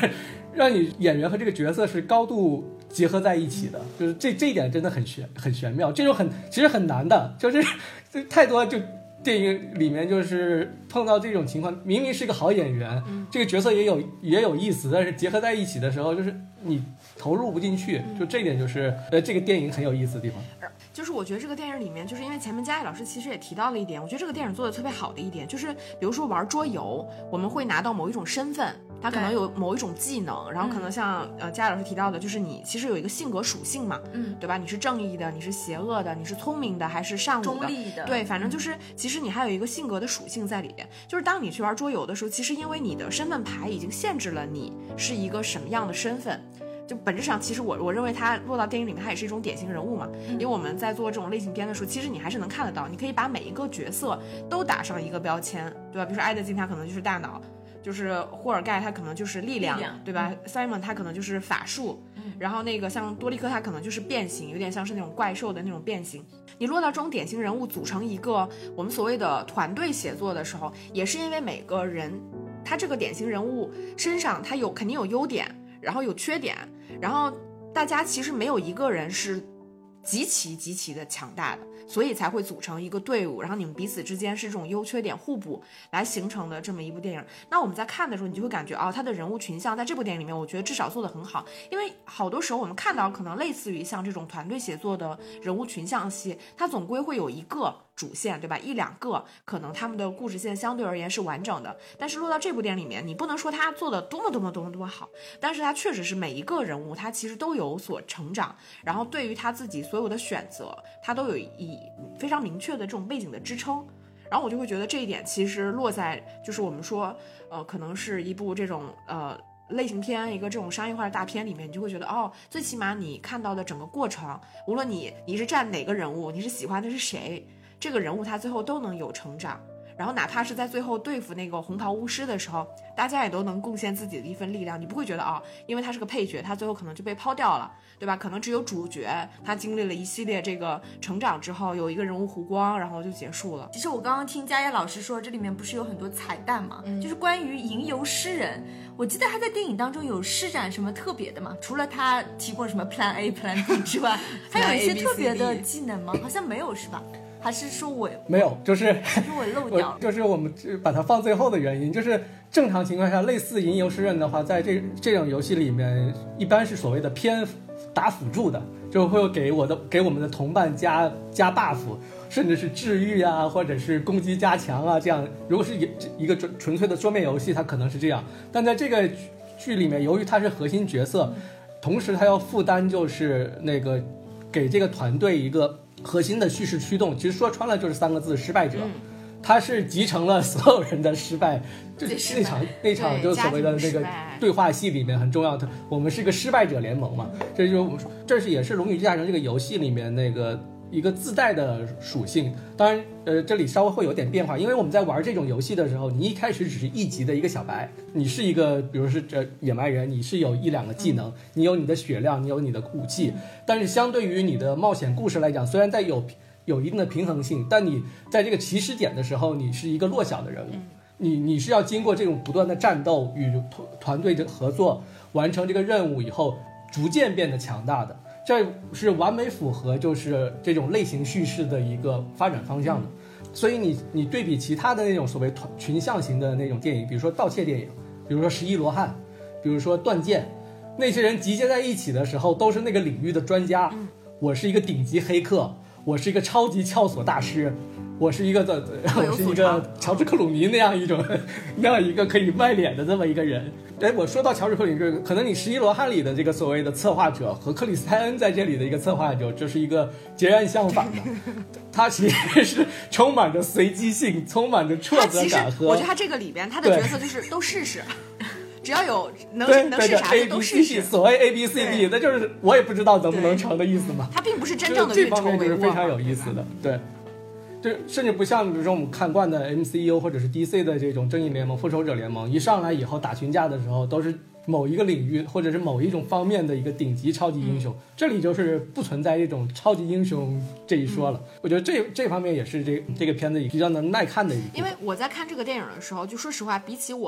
让你演员和这个角色是高度结合在一起的，就是这一点真的很玄妙，这种其实很难的，就是太多就电影里面就是碰到这种情况，明明是个好演员，这个角色也有意思，但是结合在一起的时候，就是你投入不进去，就这一点就是这个电影很有意思的地方。 就是我觉得这个电影里面，就是因为前面佳艺老师其实也提到了一点，我觉得这个电影做的特别好的一点，就是比如说玩桌游，我们会拿到某一种身份，他可能有某一种技能，然后可能像佳艺老师提到的，就是你其实有一个性格属性嘛，对吧？你是正义的，你是邪恶的，你是聪明的还是善恶的， 中立的， 对，反正就是其实你还有一个性格的属性在里边。就是当你去玩桌游的时候，其实因为你的身份牌已经限制了你是一个什么样的身份。就本质上，其实我认为它落到电影里面，它也是一种典型人物嘛。因为我们在做这种类型片的时候，其实你还是能看得到，你可以把每一个角色都打上一个标签，对吧？比如说埃德金他可能就是大脑，就是霍尔盖他可能就是力量，对吧？Simon 他可能就是法术，然后那个像多利克他可能就是变形，有点像是那种怪兽的那种变形。你落到这种典型人物组成一个我们所谓的团队协作的时候，也是因为每个人他这个典型人物身上他肯定有优点，然后有缺点，然后大家其实没有一个人是极其的强大的，所以才会组成一个队伍，然后你们彼此之间是这种优缺点互补来形成的这么一部电影。那我们在看的时候，你就会感觉他的人物群像在这部电影里面，我觉得至少做得很好。因为好多时候我们看到可能类似于像这种团队协作的人物群像戏，它总归会有一个主线，对吧？一两个可能他们的故事线相对而言是完整的，但是落到这部电影里面，你不能说他做的多么好，但是他确实是每一个人物他其实都有所成长，然后对于他自己所有的选择，他都有以非常明确的这种背景的支撑。然后我就会觉得这一点其实落在就是我们说可能是一部这种类型片，一个这种商业化的大片里面，你就会觉得最起码你看到的整个过程，无论你是站哪个人物，你是喜欢的是谁，这个人物他最后都能有成长，然后哪怕是在最后对付那个红袍巫师的时候，大家也都能贡献自己的一份力量。你不会觉得因为他是个配角，他最后可能就被抛掉了，对吧？可能只有主角他经历了一系列这个成长之后，有一个人物弧光，然后就结束了。 其实我刚刚听佳叶老师说，这里面不是有很多彩蛋嘛，就是关于吟游诗人。我记得他在电影当中有施展什么特别的吗？除了他提过什么 Plan A Plan B 之外，还有一些特别的技能吗？好像没有，是吧？还是说我没有，就是我漏掉了， 就是我们把它放最后的原因，就是正常情况下，类似吟游诗人的话，在这种游戏里面，一般是所谓的偏打辅助的，就会给我们的同伴加 buff， 甚至是治愈啊，或者是攻击加强啊，这样。如果是一个纯粹的桌面游戏，它可能是这样，但在这个剧里面，由于他是核心角色，同时他要负担就是那个给这个团队一个核心的叙事驱动，其实说穿了就是3个字：失败者。他是集成了所有人的失败，就那场就所谓的那个对话戏里面很重要的，我们是个失败者联盟嘛，这也是《龙与地下城》这个游戏里面那个一个自带的属性。当然这里稍微会有点变化，因为我们在玩这种游戏的时候，你一开始只是1级的一个小白，你是一个比如是野蛮人，你是有1-2个技能，你有你的血量，你有你的武器，但是相对于你的冒险故事来讲，虽然在有一定的平衡性，但你在这个起始点的时候，你是一个弱小的人物，你是要经过这种不断的战斗与团队的合作，完成这个任务以后，逐渐变得强大的。这是完美符合就是这种类型叙事的一个发展方向的。所以你对比其他的那种所谓群像型的那种电影，比如说盗窃电影，比如说11罗汉，比如说断剑，那些人集结在一起的时候都是那个领域的专家。我是一个顶级黑客，我是一个超级撬锁大师，我是一个乔治克鲁尼那样一个可以卖脸的这么一个人。我说到乔治克鲁尼，可能你11罗汉里的这个所谓的策划者和克里斯泰恩在这里的一个策划者，这是一个截然相反的。他其实是充满着随机性，充满着挫折感和。 我觉得他这个里边他的角色就是都试试。只要有能试啥的都试试。 所谓 ABCD， 那就是我也不知道能不能成的意思嘛。 它并不是真正的这方面就是非常有意思的，对。就甚至不像比如说我们看惯的 MCU 或者是 DC 的这种正义联盟、复仇者联盟，一上来以后打群架的时候都是某一个领域或者是某一种方面的一个顶级超级英雄，这里就是不存在这种超级英雄这一说了。我觉得这方面也是这个片子比较能耐看的一个。 因为我在看这个电影的时候，就说实话，比起我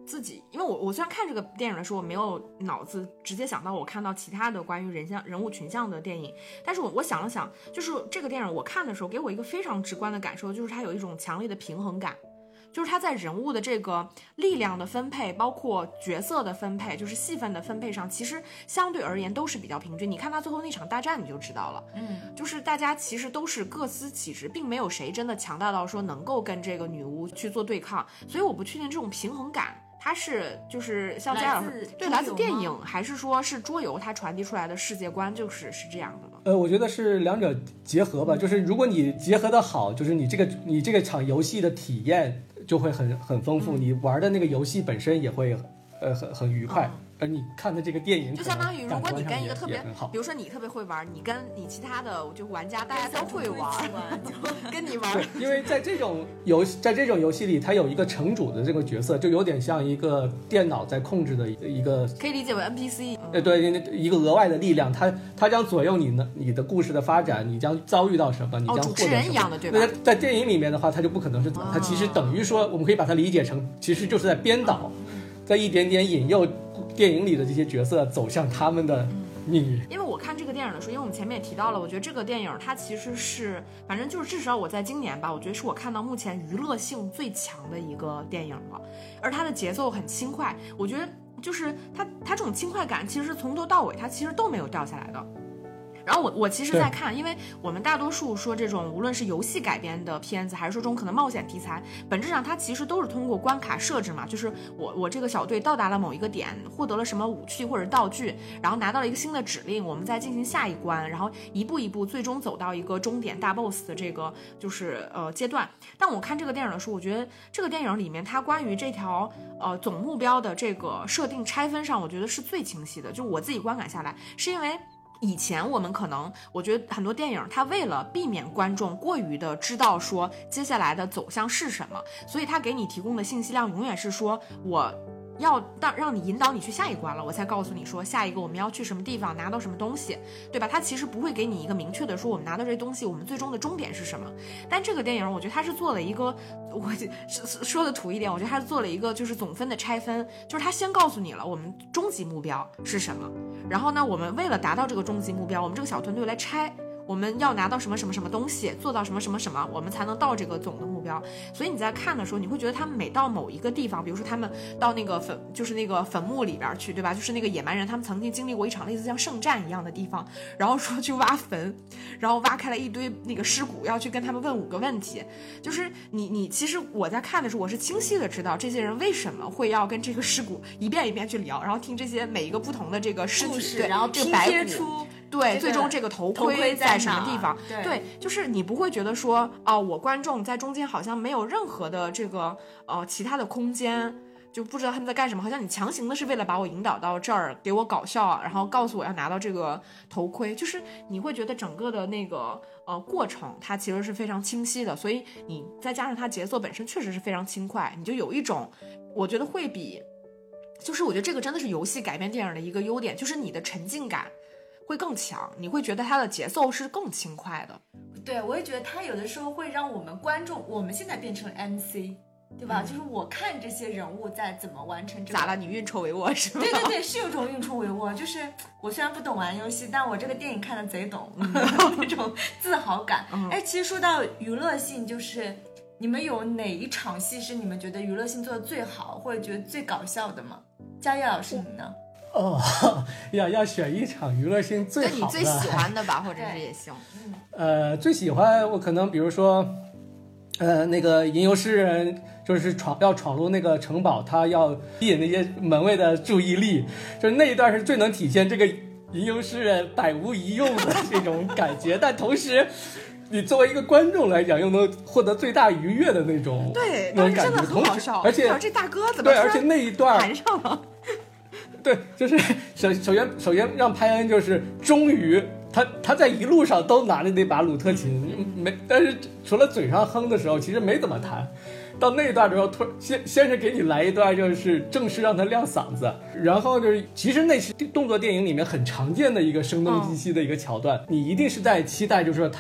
自己，因为我虽然看这个电影的时候我没有脑子直接想到我看到其他的关于人物群像的电影，但是我想了想，就是这个电影我看的时候给我一个非常直观的感受，就是它有一种强烈的平衡感。就是他在人物的这个力量的分配，包括角色的分配，就是戏份的分配上，其实相对而言都是比较平均。你看他最后那场大战你就知道了，就是大家其实都是各司其职，并没有谁真的强大到说能够跟这个女巫去做对抗。所以我不确定这种平衡感它是就是像佳老师对来自电影，还是说是桌游它传递出来的世界观就是这样的呢？ 我觉得是两者结合吧，就是如果你结合的好，就是你这个场游戏的体验就会很丰富，你玩的那个游戏本身也会很愉快。而你看的这个电影就相当于，如果你跟一个特别，比如说你特别会玩，你跟你其他的就玩家大家都会玩，就跟你玩。 因为在这种游戏里，它有一个城主的这个角色，就有点像一个电脑在控制的一个， 可以理解为 NPC。 对，一个额外的力量，它将左右你的故事的发展，你将遭遇到什么，你将获得什么。 主持人一样的，对吧？ 在电影里面的话，它就不可能是，它其实等于说，我们可以把它理解成，其实就是在编导，在一点点引诱电影里的这些角色走向他们的命运。 因为我看这个电影的时候，因为我们前面也提到了，我觉得这个电影它其实是，反正就是至少我在今年吧，我觉得是我看到目前娱乐性最强的一个电影了，而它的节奏很轻快，我觉得就是它这种轻快感其实是从头到尾它其实都没有掉下来的。然后我其实在看，因为我们大多数说这种无论是游戏改编的片子，还是说这种可能冒险题材，本质上它其实都是通过关卡设置嘛，就是我这个小队到达了某一个点，获得了什么武器或者道具，然后拿到了一个新的指令，我们再进行下一关，然后一步一步最终走到一个终点大 boss 的这个就是阶段。但我看这个电影的时候，我觉得这个电影里面它关于这条总目标的这个设定拆分上，我觉得是最清晰的。就我自己观感下来，是因为以前我们可能，我觉得很多电影它为了避免观众过于的知道说接下来的走向是什么，所以它给你提供的信息量永远是说我要让你引导你去下一关了，我才告诉你说下一个我们要去什么地方拿到什么东西，对吧？它其实不会给你一个明确的说我们拿到这东西我们最终的终点是什么。但这个电影我觉得它是做了一个，我说的土一点，我觉得它是做了一个就是总分的拆分，就是它先告诉你了我们终极目标是什么，然后呢我们为了达到这个终极目标，我们这个小团队来拆，我们要拿到什么什么什么东西，做到什么什么什么，我们才能到这个总的目标。所以你在看的时候，你会觉得他们每到某一个地方，比如说他们到那个就是那个坟墓里边去，对吧？就是那个野蛮人他们曾经经历过一场类似像圣战一样的地方，然后说去挖坟，然后挖开了一堆那个尸骨，要去跟他们问5个问题。就是你其实我在看的时候，我是清晰的知道这些人为什么会要跟这个尸骨一遍一遍去聊，然后听这些每一个不同的这个尸体，对， 然后这个白骨。 对，最终这个头盔在什么地方？对，就是你不会觉得说，我观众在中间好像没有任何的这个其他的空间，就不知道他们在干什么，好像你强行的是为了把我引导到这儿，给我搞笑，然后告诉我要拿到这个头盔，就是你会觉得整个的那个过程它其实是非常清晰的，所以你再加上它节奏本身确实是非常轻快，你就有一种我觉得会比，就是我觉得这个真的是游戏改编电影的一个优点，就是你的沉浸感会更强，你会觉得它的节奏是更轻快的。 对，我也觉得它有的时候会让我们观众，我们现在变成了 MC， 对吧？就是我看这些人物在怎么完成这个。 咋了？你运筹帷幄是吗？ 对对对，是有种运筹帷幄，就是我虽然不懂玩游戏，但我这个电影看的贼懂，那种自豪感。哎，其实说到娱乐性，就是你们有哪一场戏是你们觉得娱乐性做的最好，或者觉得最搞笑的吗？佳悦老师，你呢？ 要选一场娱乐性最好的， 你最喜欢的吧，或者是也行。 最喜欢我可能比如说，那个吟游诗人就是要闯入那个城堡，他要吸引那些门卫的注意力，就是那一段是最能体现这个吟游诗人百无一用的这种感觉，但同时你作为一个观众来讲，又能获得最大愉悦的那种， 对， 那种感觉， 真的很好笑。 而且这大哥怎么对，而且那一段谈上了。 对，就是首先让派恩就是终于他在一路上都拿着那把鲁特琴，但是除了嘴上哼的时候，其实没怎么弹。到那一段的时候，先是给你来一段，就是正式让他亮嗓子，然后就是其实那是动作电影里面很常见的一个声东击西的一个桥段，你一定是在期待，就是说他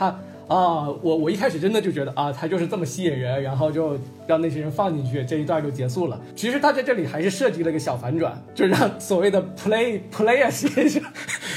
啊，我一开始真的就觉得啊，他就是这么吸引人，然后就让那些人放进去，这一段就结束了。其实他在这里还是设计了一个小反转，就让所谓的 player 先生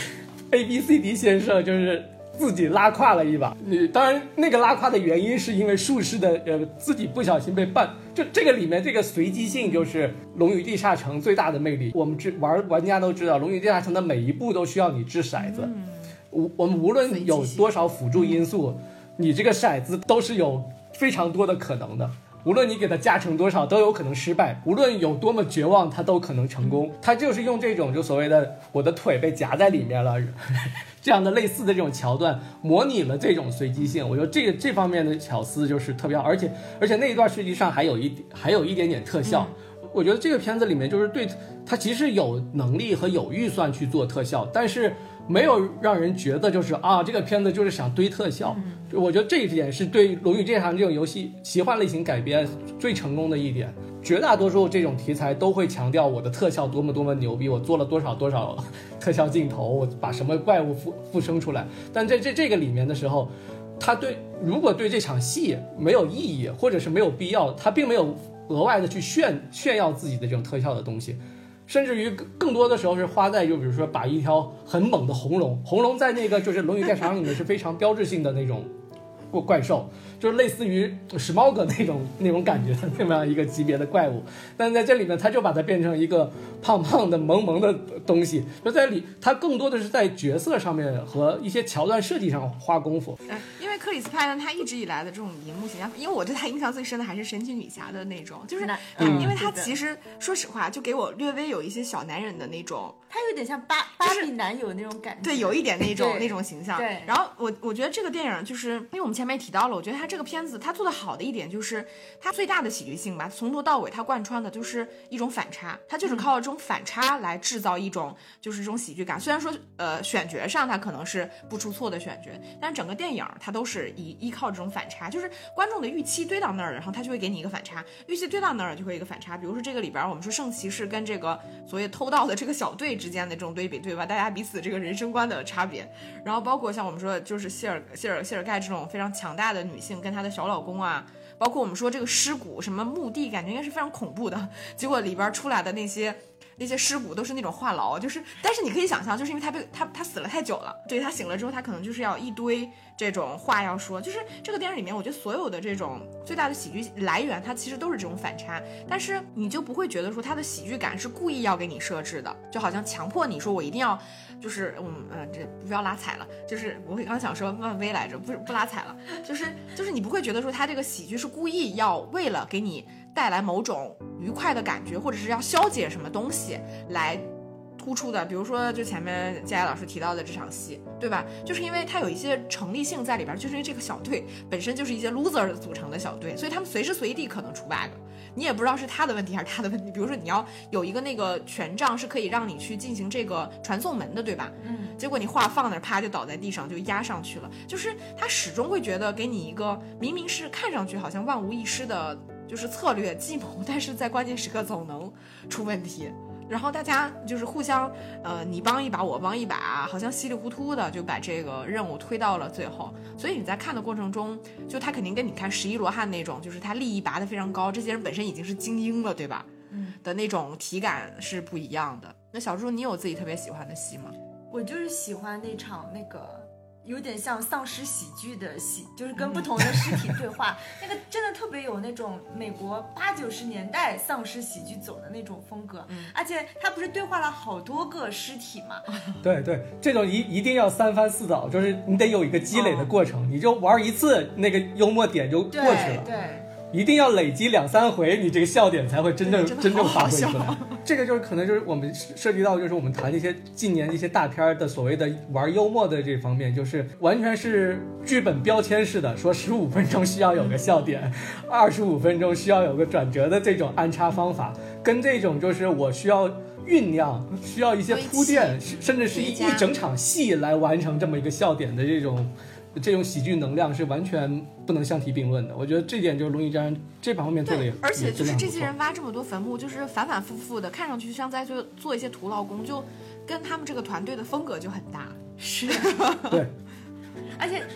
ABCD 先生就是自己拉胯了一把。当然那个拉胯的原因是因为术士的自己不小心被绊，就这个里面这个随机性就是龙与地下城最大的魅力。我们玩家都知道，龙与地下城的每一步都需要你掷骰子，我们无论有多少辅助因素，你这个骰子都是有非常多的可能的，无论你给它加成多少都有可能失败，无论有多么绝望它都可能成功。它就是用这种就所谓的我的腿被夹在里面了这样的类似的这种桥段模拟了这种随机性。我觉得这方面的巧思就是特别好，而且那一段实际上还有一点点特效。我觉得这个片子里面就是对它其实有能力和有预算去做特效，但是没有让人觉得就是啊这个片子就是想堆特效。我觉得这一点是对《龙与地下城》这种游戏奇幻类型改编最成功的一点。绝大多数这种题材都会强调我的特效多么牛逼，我做了多少特效镜头，我把什么怪物附生出来。但在这个里面的时候，他如果对这场戏没有意义或者是没有必要，他并没有额外的去炫耀自己的这种特效的东西，甚至于更多的时候是花在就比如说把一条很猛的红龙在那个就是龙与地下城里面是非常标志性的那种怪兽，就是类似于史猫哥那种感觉的那么样一个级别的怪物，但在这里面他就把它变成一个胖胖的萌的东西，就在他更多的是在角色上面和一些桥段设计上花功夫。 因为克里斯派恩他一直以来的这种荧幕形象，因为我对他印象最深的还是神奇女侠的那种，就是因为他其实说实话就给我略微有一些小男人的那种， 他有点像芭比男友那种感觉， 对，有一点那种形象。 对， 然后我觉得这个电影就是因为我们前面也提到了，我觉得他这个片子他做的好的一点就是他最大的喜剧性吧，从头到尾他贯穿的就是一种反差，他就是靠这种反差来制造一种就是这种喜剧感。虽然说选角上他可能是不出错的选角，但整个电影他都是依靠这种反差，就是观众的预期堆到那儿，然后他就会给你一个反差，预期堆到那儿就会一个反差。比如说这个里边我们说圣骑士跟这个所谓偷盗的这个小队之间的这种对比，对吧？大家彼此这个人生观的差别，然后包括像我们说就是谢尔盖这种非常强大的女性跟她的小老公啊，包括我们说这个尸骨什么墓地，感觉应该是非常恐怖的，结果里边出来的那些尸骨都是那种话痨，就是但是你可以想象，就是因为他死了太久了，对，他醒了之后他可能就是要一堆这种话要说，就是这个电影里面我觉得所有的这种最大的喜剧来源它其实都是这种反差，但是你就不会觉得说它的喜剧感是故意要给你设置的，就好像强迫你说我一定要就是这不要拉踩了，就是我刚想说漫威来着，不拉踩了，就是你不会觉得说它这个喜剧是故意要为了给你带来某种愉快的感觉，或者是要消解什么东西来突出的。比如说就前面佳佳老师提到的这场戏，对吧？就是因为它有一些成立性在里边，就是因为这个小队本身就是一些 loser 组成的小队，所以他们随时随地可能出 bug，你也不知道是他的问题还是他的问题。比如说你要有一个那个权杖是可以让你去进行这个传送门的，对吧？结果你话放那儿，啪就倒在地上，就压上去了。就是他始终会觉得给你一个明明是看上去好像万无一失的就是策略计谋，但是在关键时刻总能出问题，然后大家就是互相你帮一把我帮一把，好像稀里糊涂的就把这个任务推到了最后。所以你在看的过程中，就他肯定跟你看11罗汉那种就是他利益拔得非常高，这些人本身已经是精英了，对吧？的那种体感是不一样的。那小猪你有自己特别喜欢的戏吗？ 我就是喜欢那场那个有点像丧尸喜剧的戏，就是跟不同的尸体对话，那个真的特别有那种美国80、90年代丧尸喜剧走的那种风格，而且他不是对话了好多个尸体嘛？ 对，这种一定要三番四倒，就是你得有一个积累的过程，你就玩一次那个幽默点就过去了。 对。 一定要累积2、3回，你这个笑点才会真正发挥出来。这个就是可能就是我们涉及到就是我们谈一些近年一些大片的所谓的玩幽默的这方面，就是完全是剧本标签式的，说15分钟需要有个笑点，25分钟需要有个转折的这种安插方法，跟这种就是我需要酝酿，需要一些铺垫，甚至是一整场戏来完成这么一个笑点的这种喜剧能量是完全不能相提并论的。我觉得这点就是《龙与地下城》这方面做的也， 而且就是这些人挖这么多坟墓，就是反反复复的，看上去像在做一些徒劳工，就跟他们这个团队的风格就很大。 是， 对。 而且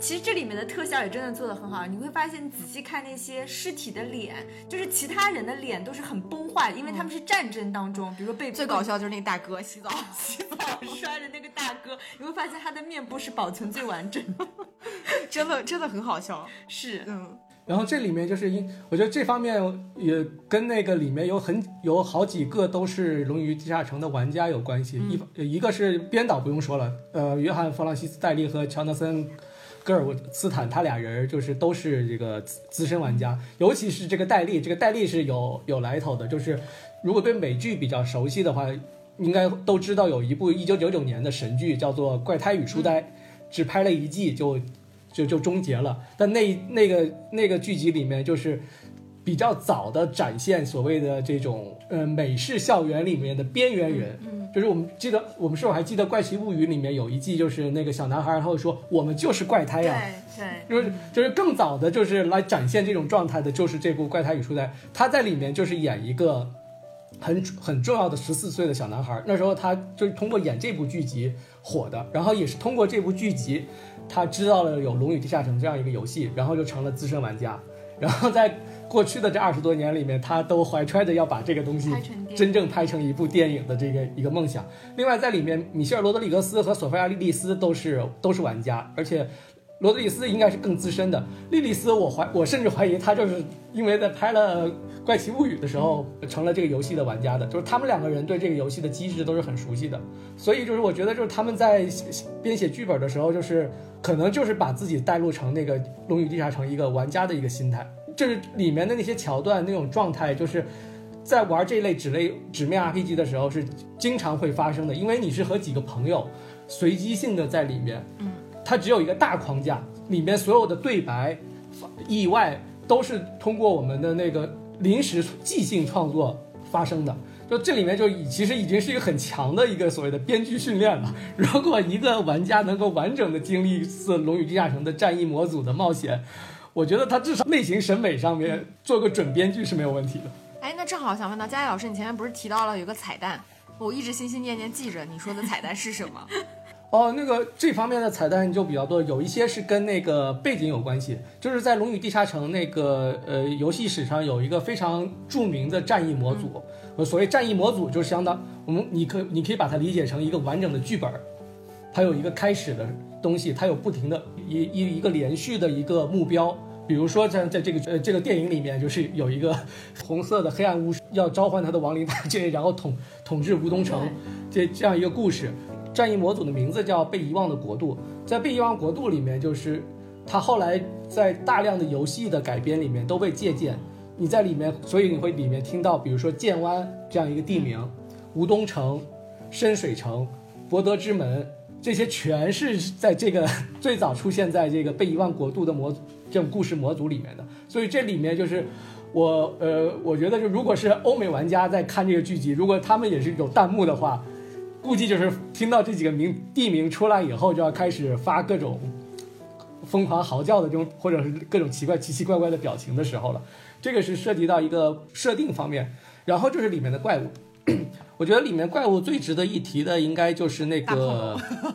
其实这里面的特效也真的做得很好，你会发现仔细看那些尸体的脸，就是其他人的脸都是很崩坏，因为他们是战争当中，比如说被最搞笑就是那个大哥洗澡摔的那个大哥，你会发现他的面部是保存最完整的， 真的很好笑。 是， 然后这里面就是我觉得这方面也跟那个里面有好几个都是《龙与地下城》的玩家有关系。一个是编导不用说了，约翰·弗朗西斯·戴利和乔纳森·戈尔斯坦，他俩人就是都是这个资深玩家，尤其是这个戴利是有来头的，就是如果对美剧比较熟悉的话，应该都知道有一部1999年的神剧叫做《怪胎与书呆》，只拍了1季就终结了。但那个剧集里面就是比较早的展现所谓的这种美式校园里面的边缘人。就是我们是否还记得《怪奇物语》里面有一季，就是那个小男孩他会说我们就是怪胎呀。 对， 就是更早的就是来展现这种状态的，就是这部《怪胎与书呆》，他在里面就是演一个很重要的14岁的小男孩。那时候他就是通过演这部剧集火的，然后也是通过这部剧集他知道了有《龙与地下城》这样一个游戏，然后就成了资深玩家。然后在过去的这20多年里面，他都怀揣着要把这个东西真正拍成一部电影的这个一个梦想。另外在里面，米歇尔·罗德里格斯和索菲亚·莉莉丝都是玩家，而且罗德里斯应该是更资深的。莉莉丝我甚至怀疑他就是因为在拍了《怪奇物语》的时候成了这个游戏的玩家的，就是他们2个人对这个游戏的机制都是很熟悉的。所以就是我觉得就是他们在编写剧本的时候，就是可能就是把自己带入成那个《龙与地下城》一个玩家的一个心态，就是里面的那些桥段那种状态，就是在玩这类纸面 RPG 的时候是经常会发生的，因为你是和几个朋友随机性的在里面，它只有一个大框架，里面所有的对白、意外都是通过我们的那个临时即兴创作发生的。就这里面就其实已经是一个很强的一个所谓的编剧训练了。如果一个玩家能够完整的经历一次《龙与地下城》的战役模组的冒险，我觉得他至少类型审美上面做个准编剧是没有问题的。 哎，那正好想问到佳怡老师，你前面不是提到了有个彩蛋，我一直心心念念记着，你说的彩蛋是什么？ 那个这方面的彩蛋就比较多，有一些是跟那个背景有关系，就是在《龙与地下城》那个游戏史上有一个非常著名的战役模组。所谓战役模组就是相当你可以把它理解成一个完整的剧本，它有一个开始的东西，它有不停的一个连续的一个目标。比如说在这个电影里面，就是有一个红色的黑暗巫师要召唤他的亡灵大军，然后统治吴东城，这样一个故事。战役模组的名字叫被遗忘的国度。在被遗忘国度里面，就是它后来在大量的游戏的改编里面都被借鉴，你在里面，所以你会里面听到比如说剑湾这样一个地名，吴东城、深水城、博德之门，这些全是在这个最早出现在这个被遗忘国度的这种故事模组里面的。所以这里面就是我觉得就如果是欧美玩家在看这个剧集，如果他们也是有弹幕的话，估计就是听到这几个地名出来以后，就要开始发各种疯狂嚎叫的这种，或者是各种奇奇怪怪的表情的时候了。这个是涉及到一个设定方面，然后就是里面的怪物。我觉得里面怪物最值得一提的应该就是那个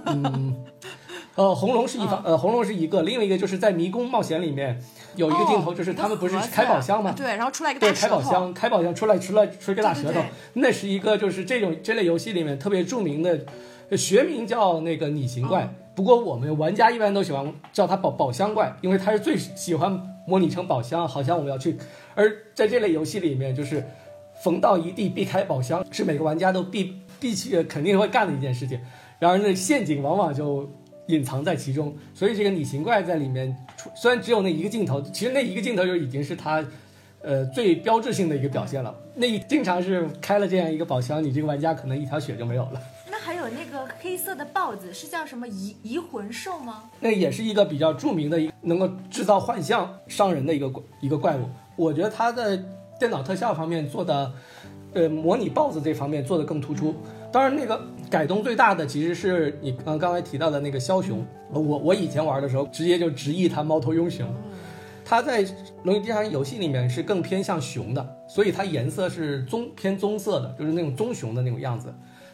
红龙是红龙是一个，另外一个就是在迷宫冒险里面有一个镜头，就是他们不是开宝箱吗？ 对，然后出来一个大舌头。 对，开宝箱出来一个大舌头，那是一个就是这类游戏里面特别著名的，学名叫那个拟形怪。不过我们玩家一般都喜欢叫它宝箱怪，因为它是最喜欢模拟成宝箱，好像我们要去。而在这类游戏里面，就是逢到一地必开宝箱，是每个玩家都必肯定会干的一件事情。然而那陷阱往往就隐藏在其中，所以这个拟形怪在里面虽然只有那一个镜头，其实那一个镜头就已经是它最标志性的一个表现了。经常是开了这样一个宝箱，你这个玩家可能一条血就没有了。 那还有那个黑色的豹子是叫什么移魂兽吗？ 那也是一个比较著名的能够制造幻象伤人的一个怪物。我觉得它的电脑特效方面做的模拟豹子这方面做的更突出。当然那个改动最大的其实是你刚才提到的那个枭雄。我以前玩的时候直接就直译它猫头鹰熊。它在龙与地下城游戏里面是更偏向熊的，所以它颜色是偏棕色的，就是那种棕熊的那种样子。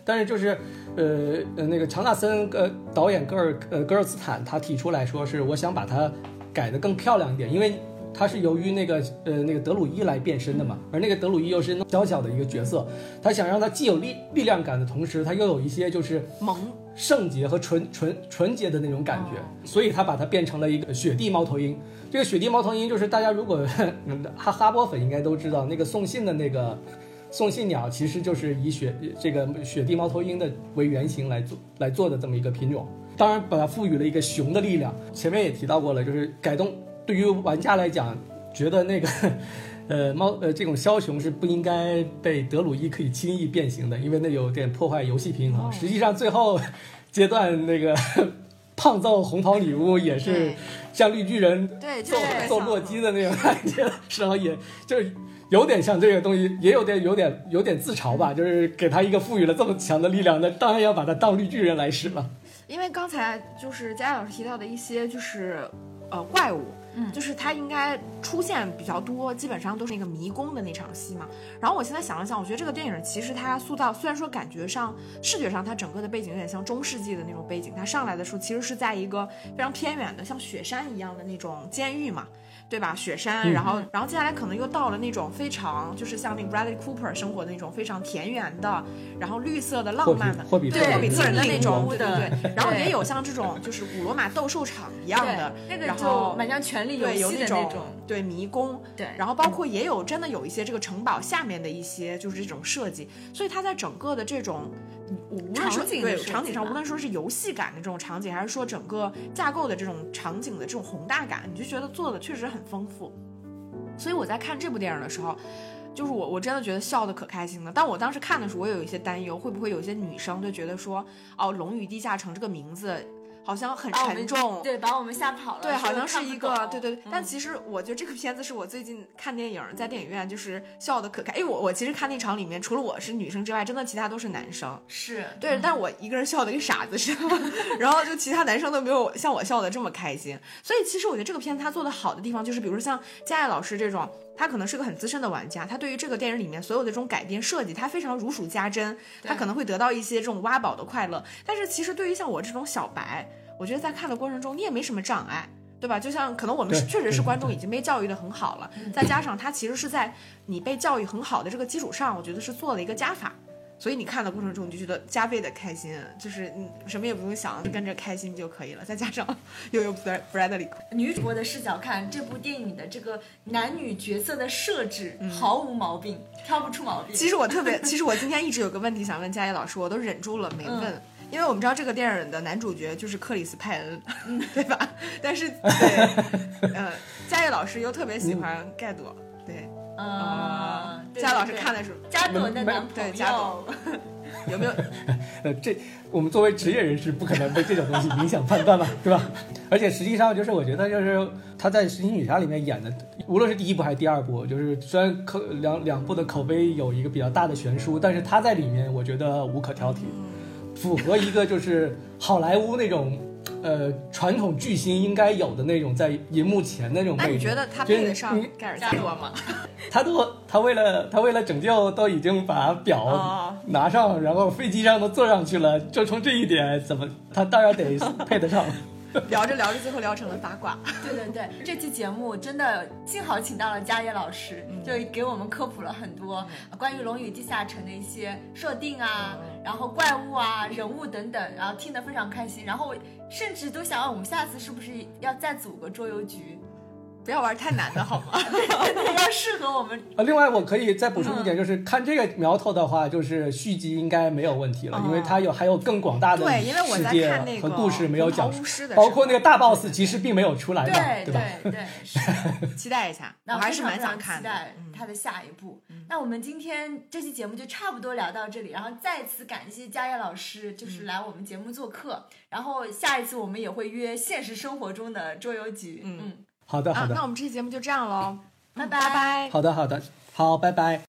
但是就是那个乔纳森导演格尔斯坦他提出来说是我想把它改得更漂亮一点，因为他是由于那个德鲁伊来变身的嘛，而那个德鲁伊又是小小的一个角色，他想让他既有力量感的同时，他又有一些就是圣洁和纯洁的那种感觉，所以他把它变成了一个雪地猫头鹰。这个雪地猫头鹰就是大家如果哈波粉应该都知道，那个送信的那个送信鸟其实就是以这个雪地猫头鹰的为原型来做的这么一个品种。当然把它赋予了一个熊的力量。前面也提到过了，就是改动对于玩家来讲，觉得那个这种枭雄是不应该被德鲁伊可以轻易变形的，因为那有点破坏游戏平衡。实际上最后阶段那个胖揍红桃女巫也是像绿巨人揍洛基的那种感觉，然后也就是有点像这个东西，也有点自嘲吧，就是给他一个赋予了这么强的力量，那当然要把他当绿巨人来使了。 因为刚才就是佳佳老师提到的一些就是怪物，就是它应该出现比较多，基本上都是那个迷宫的那场戏嘛。然后我现在想了想，我觉得这个电影其实它塑造，虽然说感觉上视觉上它整个的背景有点像中世纪的那种背景，它上来的时候其实是在一个非常偏远的像雪山一样的那种监狱嘛，对吧？雪山，然后接下来可能又到了那种非常就是像那个 Bradley Cooper 生活的那种非常田园的，然后绿色的浪漫的， 霍比特人的那种，对。然后也有像这种就是古罗马斗兽场一样的， 那个就蛮像权力游戏的那种， 对迷宫，对。然后包括也有真的有一些这个城堡下面的一些就是这种设计，所以它在整个的这种无论是场景上，无论说是游戏感的这种场景，还是说整个架构的这种场景的这种宏大感，你就觉得做的确实很丰富。所以我在看这部电影的时候，就是我真的觉得笑得可开心了。但我当时看的时候，我有一些担忧，会不会有一些女生就觉得说，龙与地下城这个名字好像很沉重， 对，把我们吓跑了。 对，好像是一个对。但其实我觉得这个片子是我最近看电影，在电影院就是笑得可开。因为我其实看那场里面，除了我是女生之外，真的其他都是男生。 是对，但是我一个人笑得跟傻子似的，然后就其他男生都没有像我笑得这么开心。所以其实我觉得这个片子它做得好的地方，就是比如说像佳爱老师这种，他可能是个很资深的玩家，他对于这个电影里面所有的这种改编设计，他非常如数家珍，他可能会得到一些这种挖宝的快乐。但是其实对于像我这种小白，我觉得在看的过程中你也没什么障碍，对吧？就像可能我们确实是观众已经被教育的很好了，再加上它其实是在你被教育很好的这个基础上，我觉得是做了一个加法，所以你看的过程中你就觉得加倍的开心，就是你什么也不用想，跟着开心就可以了。再加上又有 Bradley 女主播的视角看这部电影的这个男女角色的设置毫无毛病，挑不出毛病。 其实我今天一直有个问题想问佳怡老师，我都忍住了没问。因为我们知道这个电影的男主角就是克里斯派恩，对吧？但是佳叶老师又特别喜欢盖朵，对，佳叶老师看的时候， 加朵的男朋友， 对，加朵有没有？ 这我们作为职业人士不可能被这种东西影响判断嘛，对吧？而且实际上就是我觉得就是他在《神奇女侠》里面演的，无论是第一部还是第二部，就是虽然两部的口碑有一个比较大的悬殊，但是他在里面我觉得无可挑剔。符合一个就是好莱坞那种传统巨星应该有的那种在荧幕前的那种魅力。 那你觉得他配得上盖尔加朵吗？ 他为了拯救都已经把表拿上，然后飞机上都坐上去了，就从这一点他当然得配得上。 聊着最后聊成了八卦。 对，这期节目真的幸好请到了佳叶老师，就给我们科普了很多关于龙与地下城的一些设定啊，然后怪物啊、人物等等，然后听得非常开心，然后甚至都想让我们下次是不是要再组个桌游局。 不要玩太难的好吗？ 对，要适合我们。 另外我可以再补充一点，就是看这个苗头的话，就是续集应该没有问题了，因为它还有更广大的世界和故事没有讲述，包括那个大 boss 其实并没有出来嘛，对吧？ 对， 期待一下，我还是蛮想看的。 期待它的下一步。那我们今天这期节目就差不多聊到这里，然后再次感谢佳叶老师，就是来我们节目做客，然后下一次我们也会约现实生活中的桌游局。 好的， 那我们这期节目就这样喽， 拜拜。 好的，好，拜拜。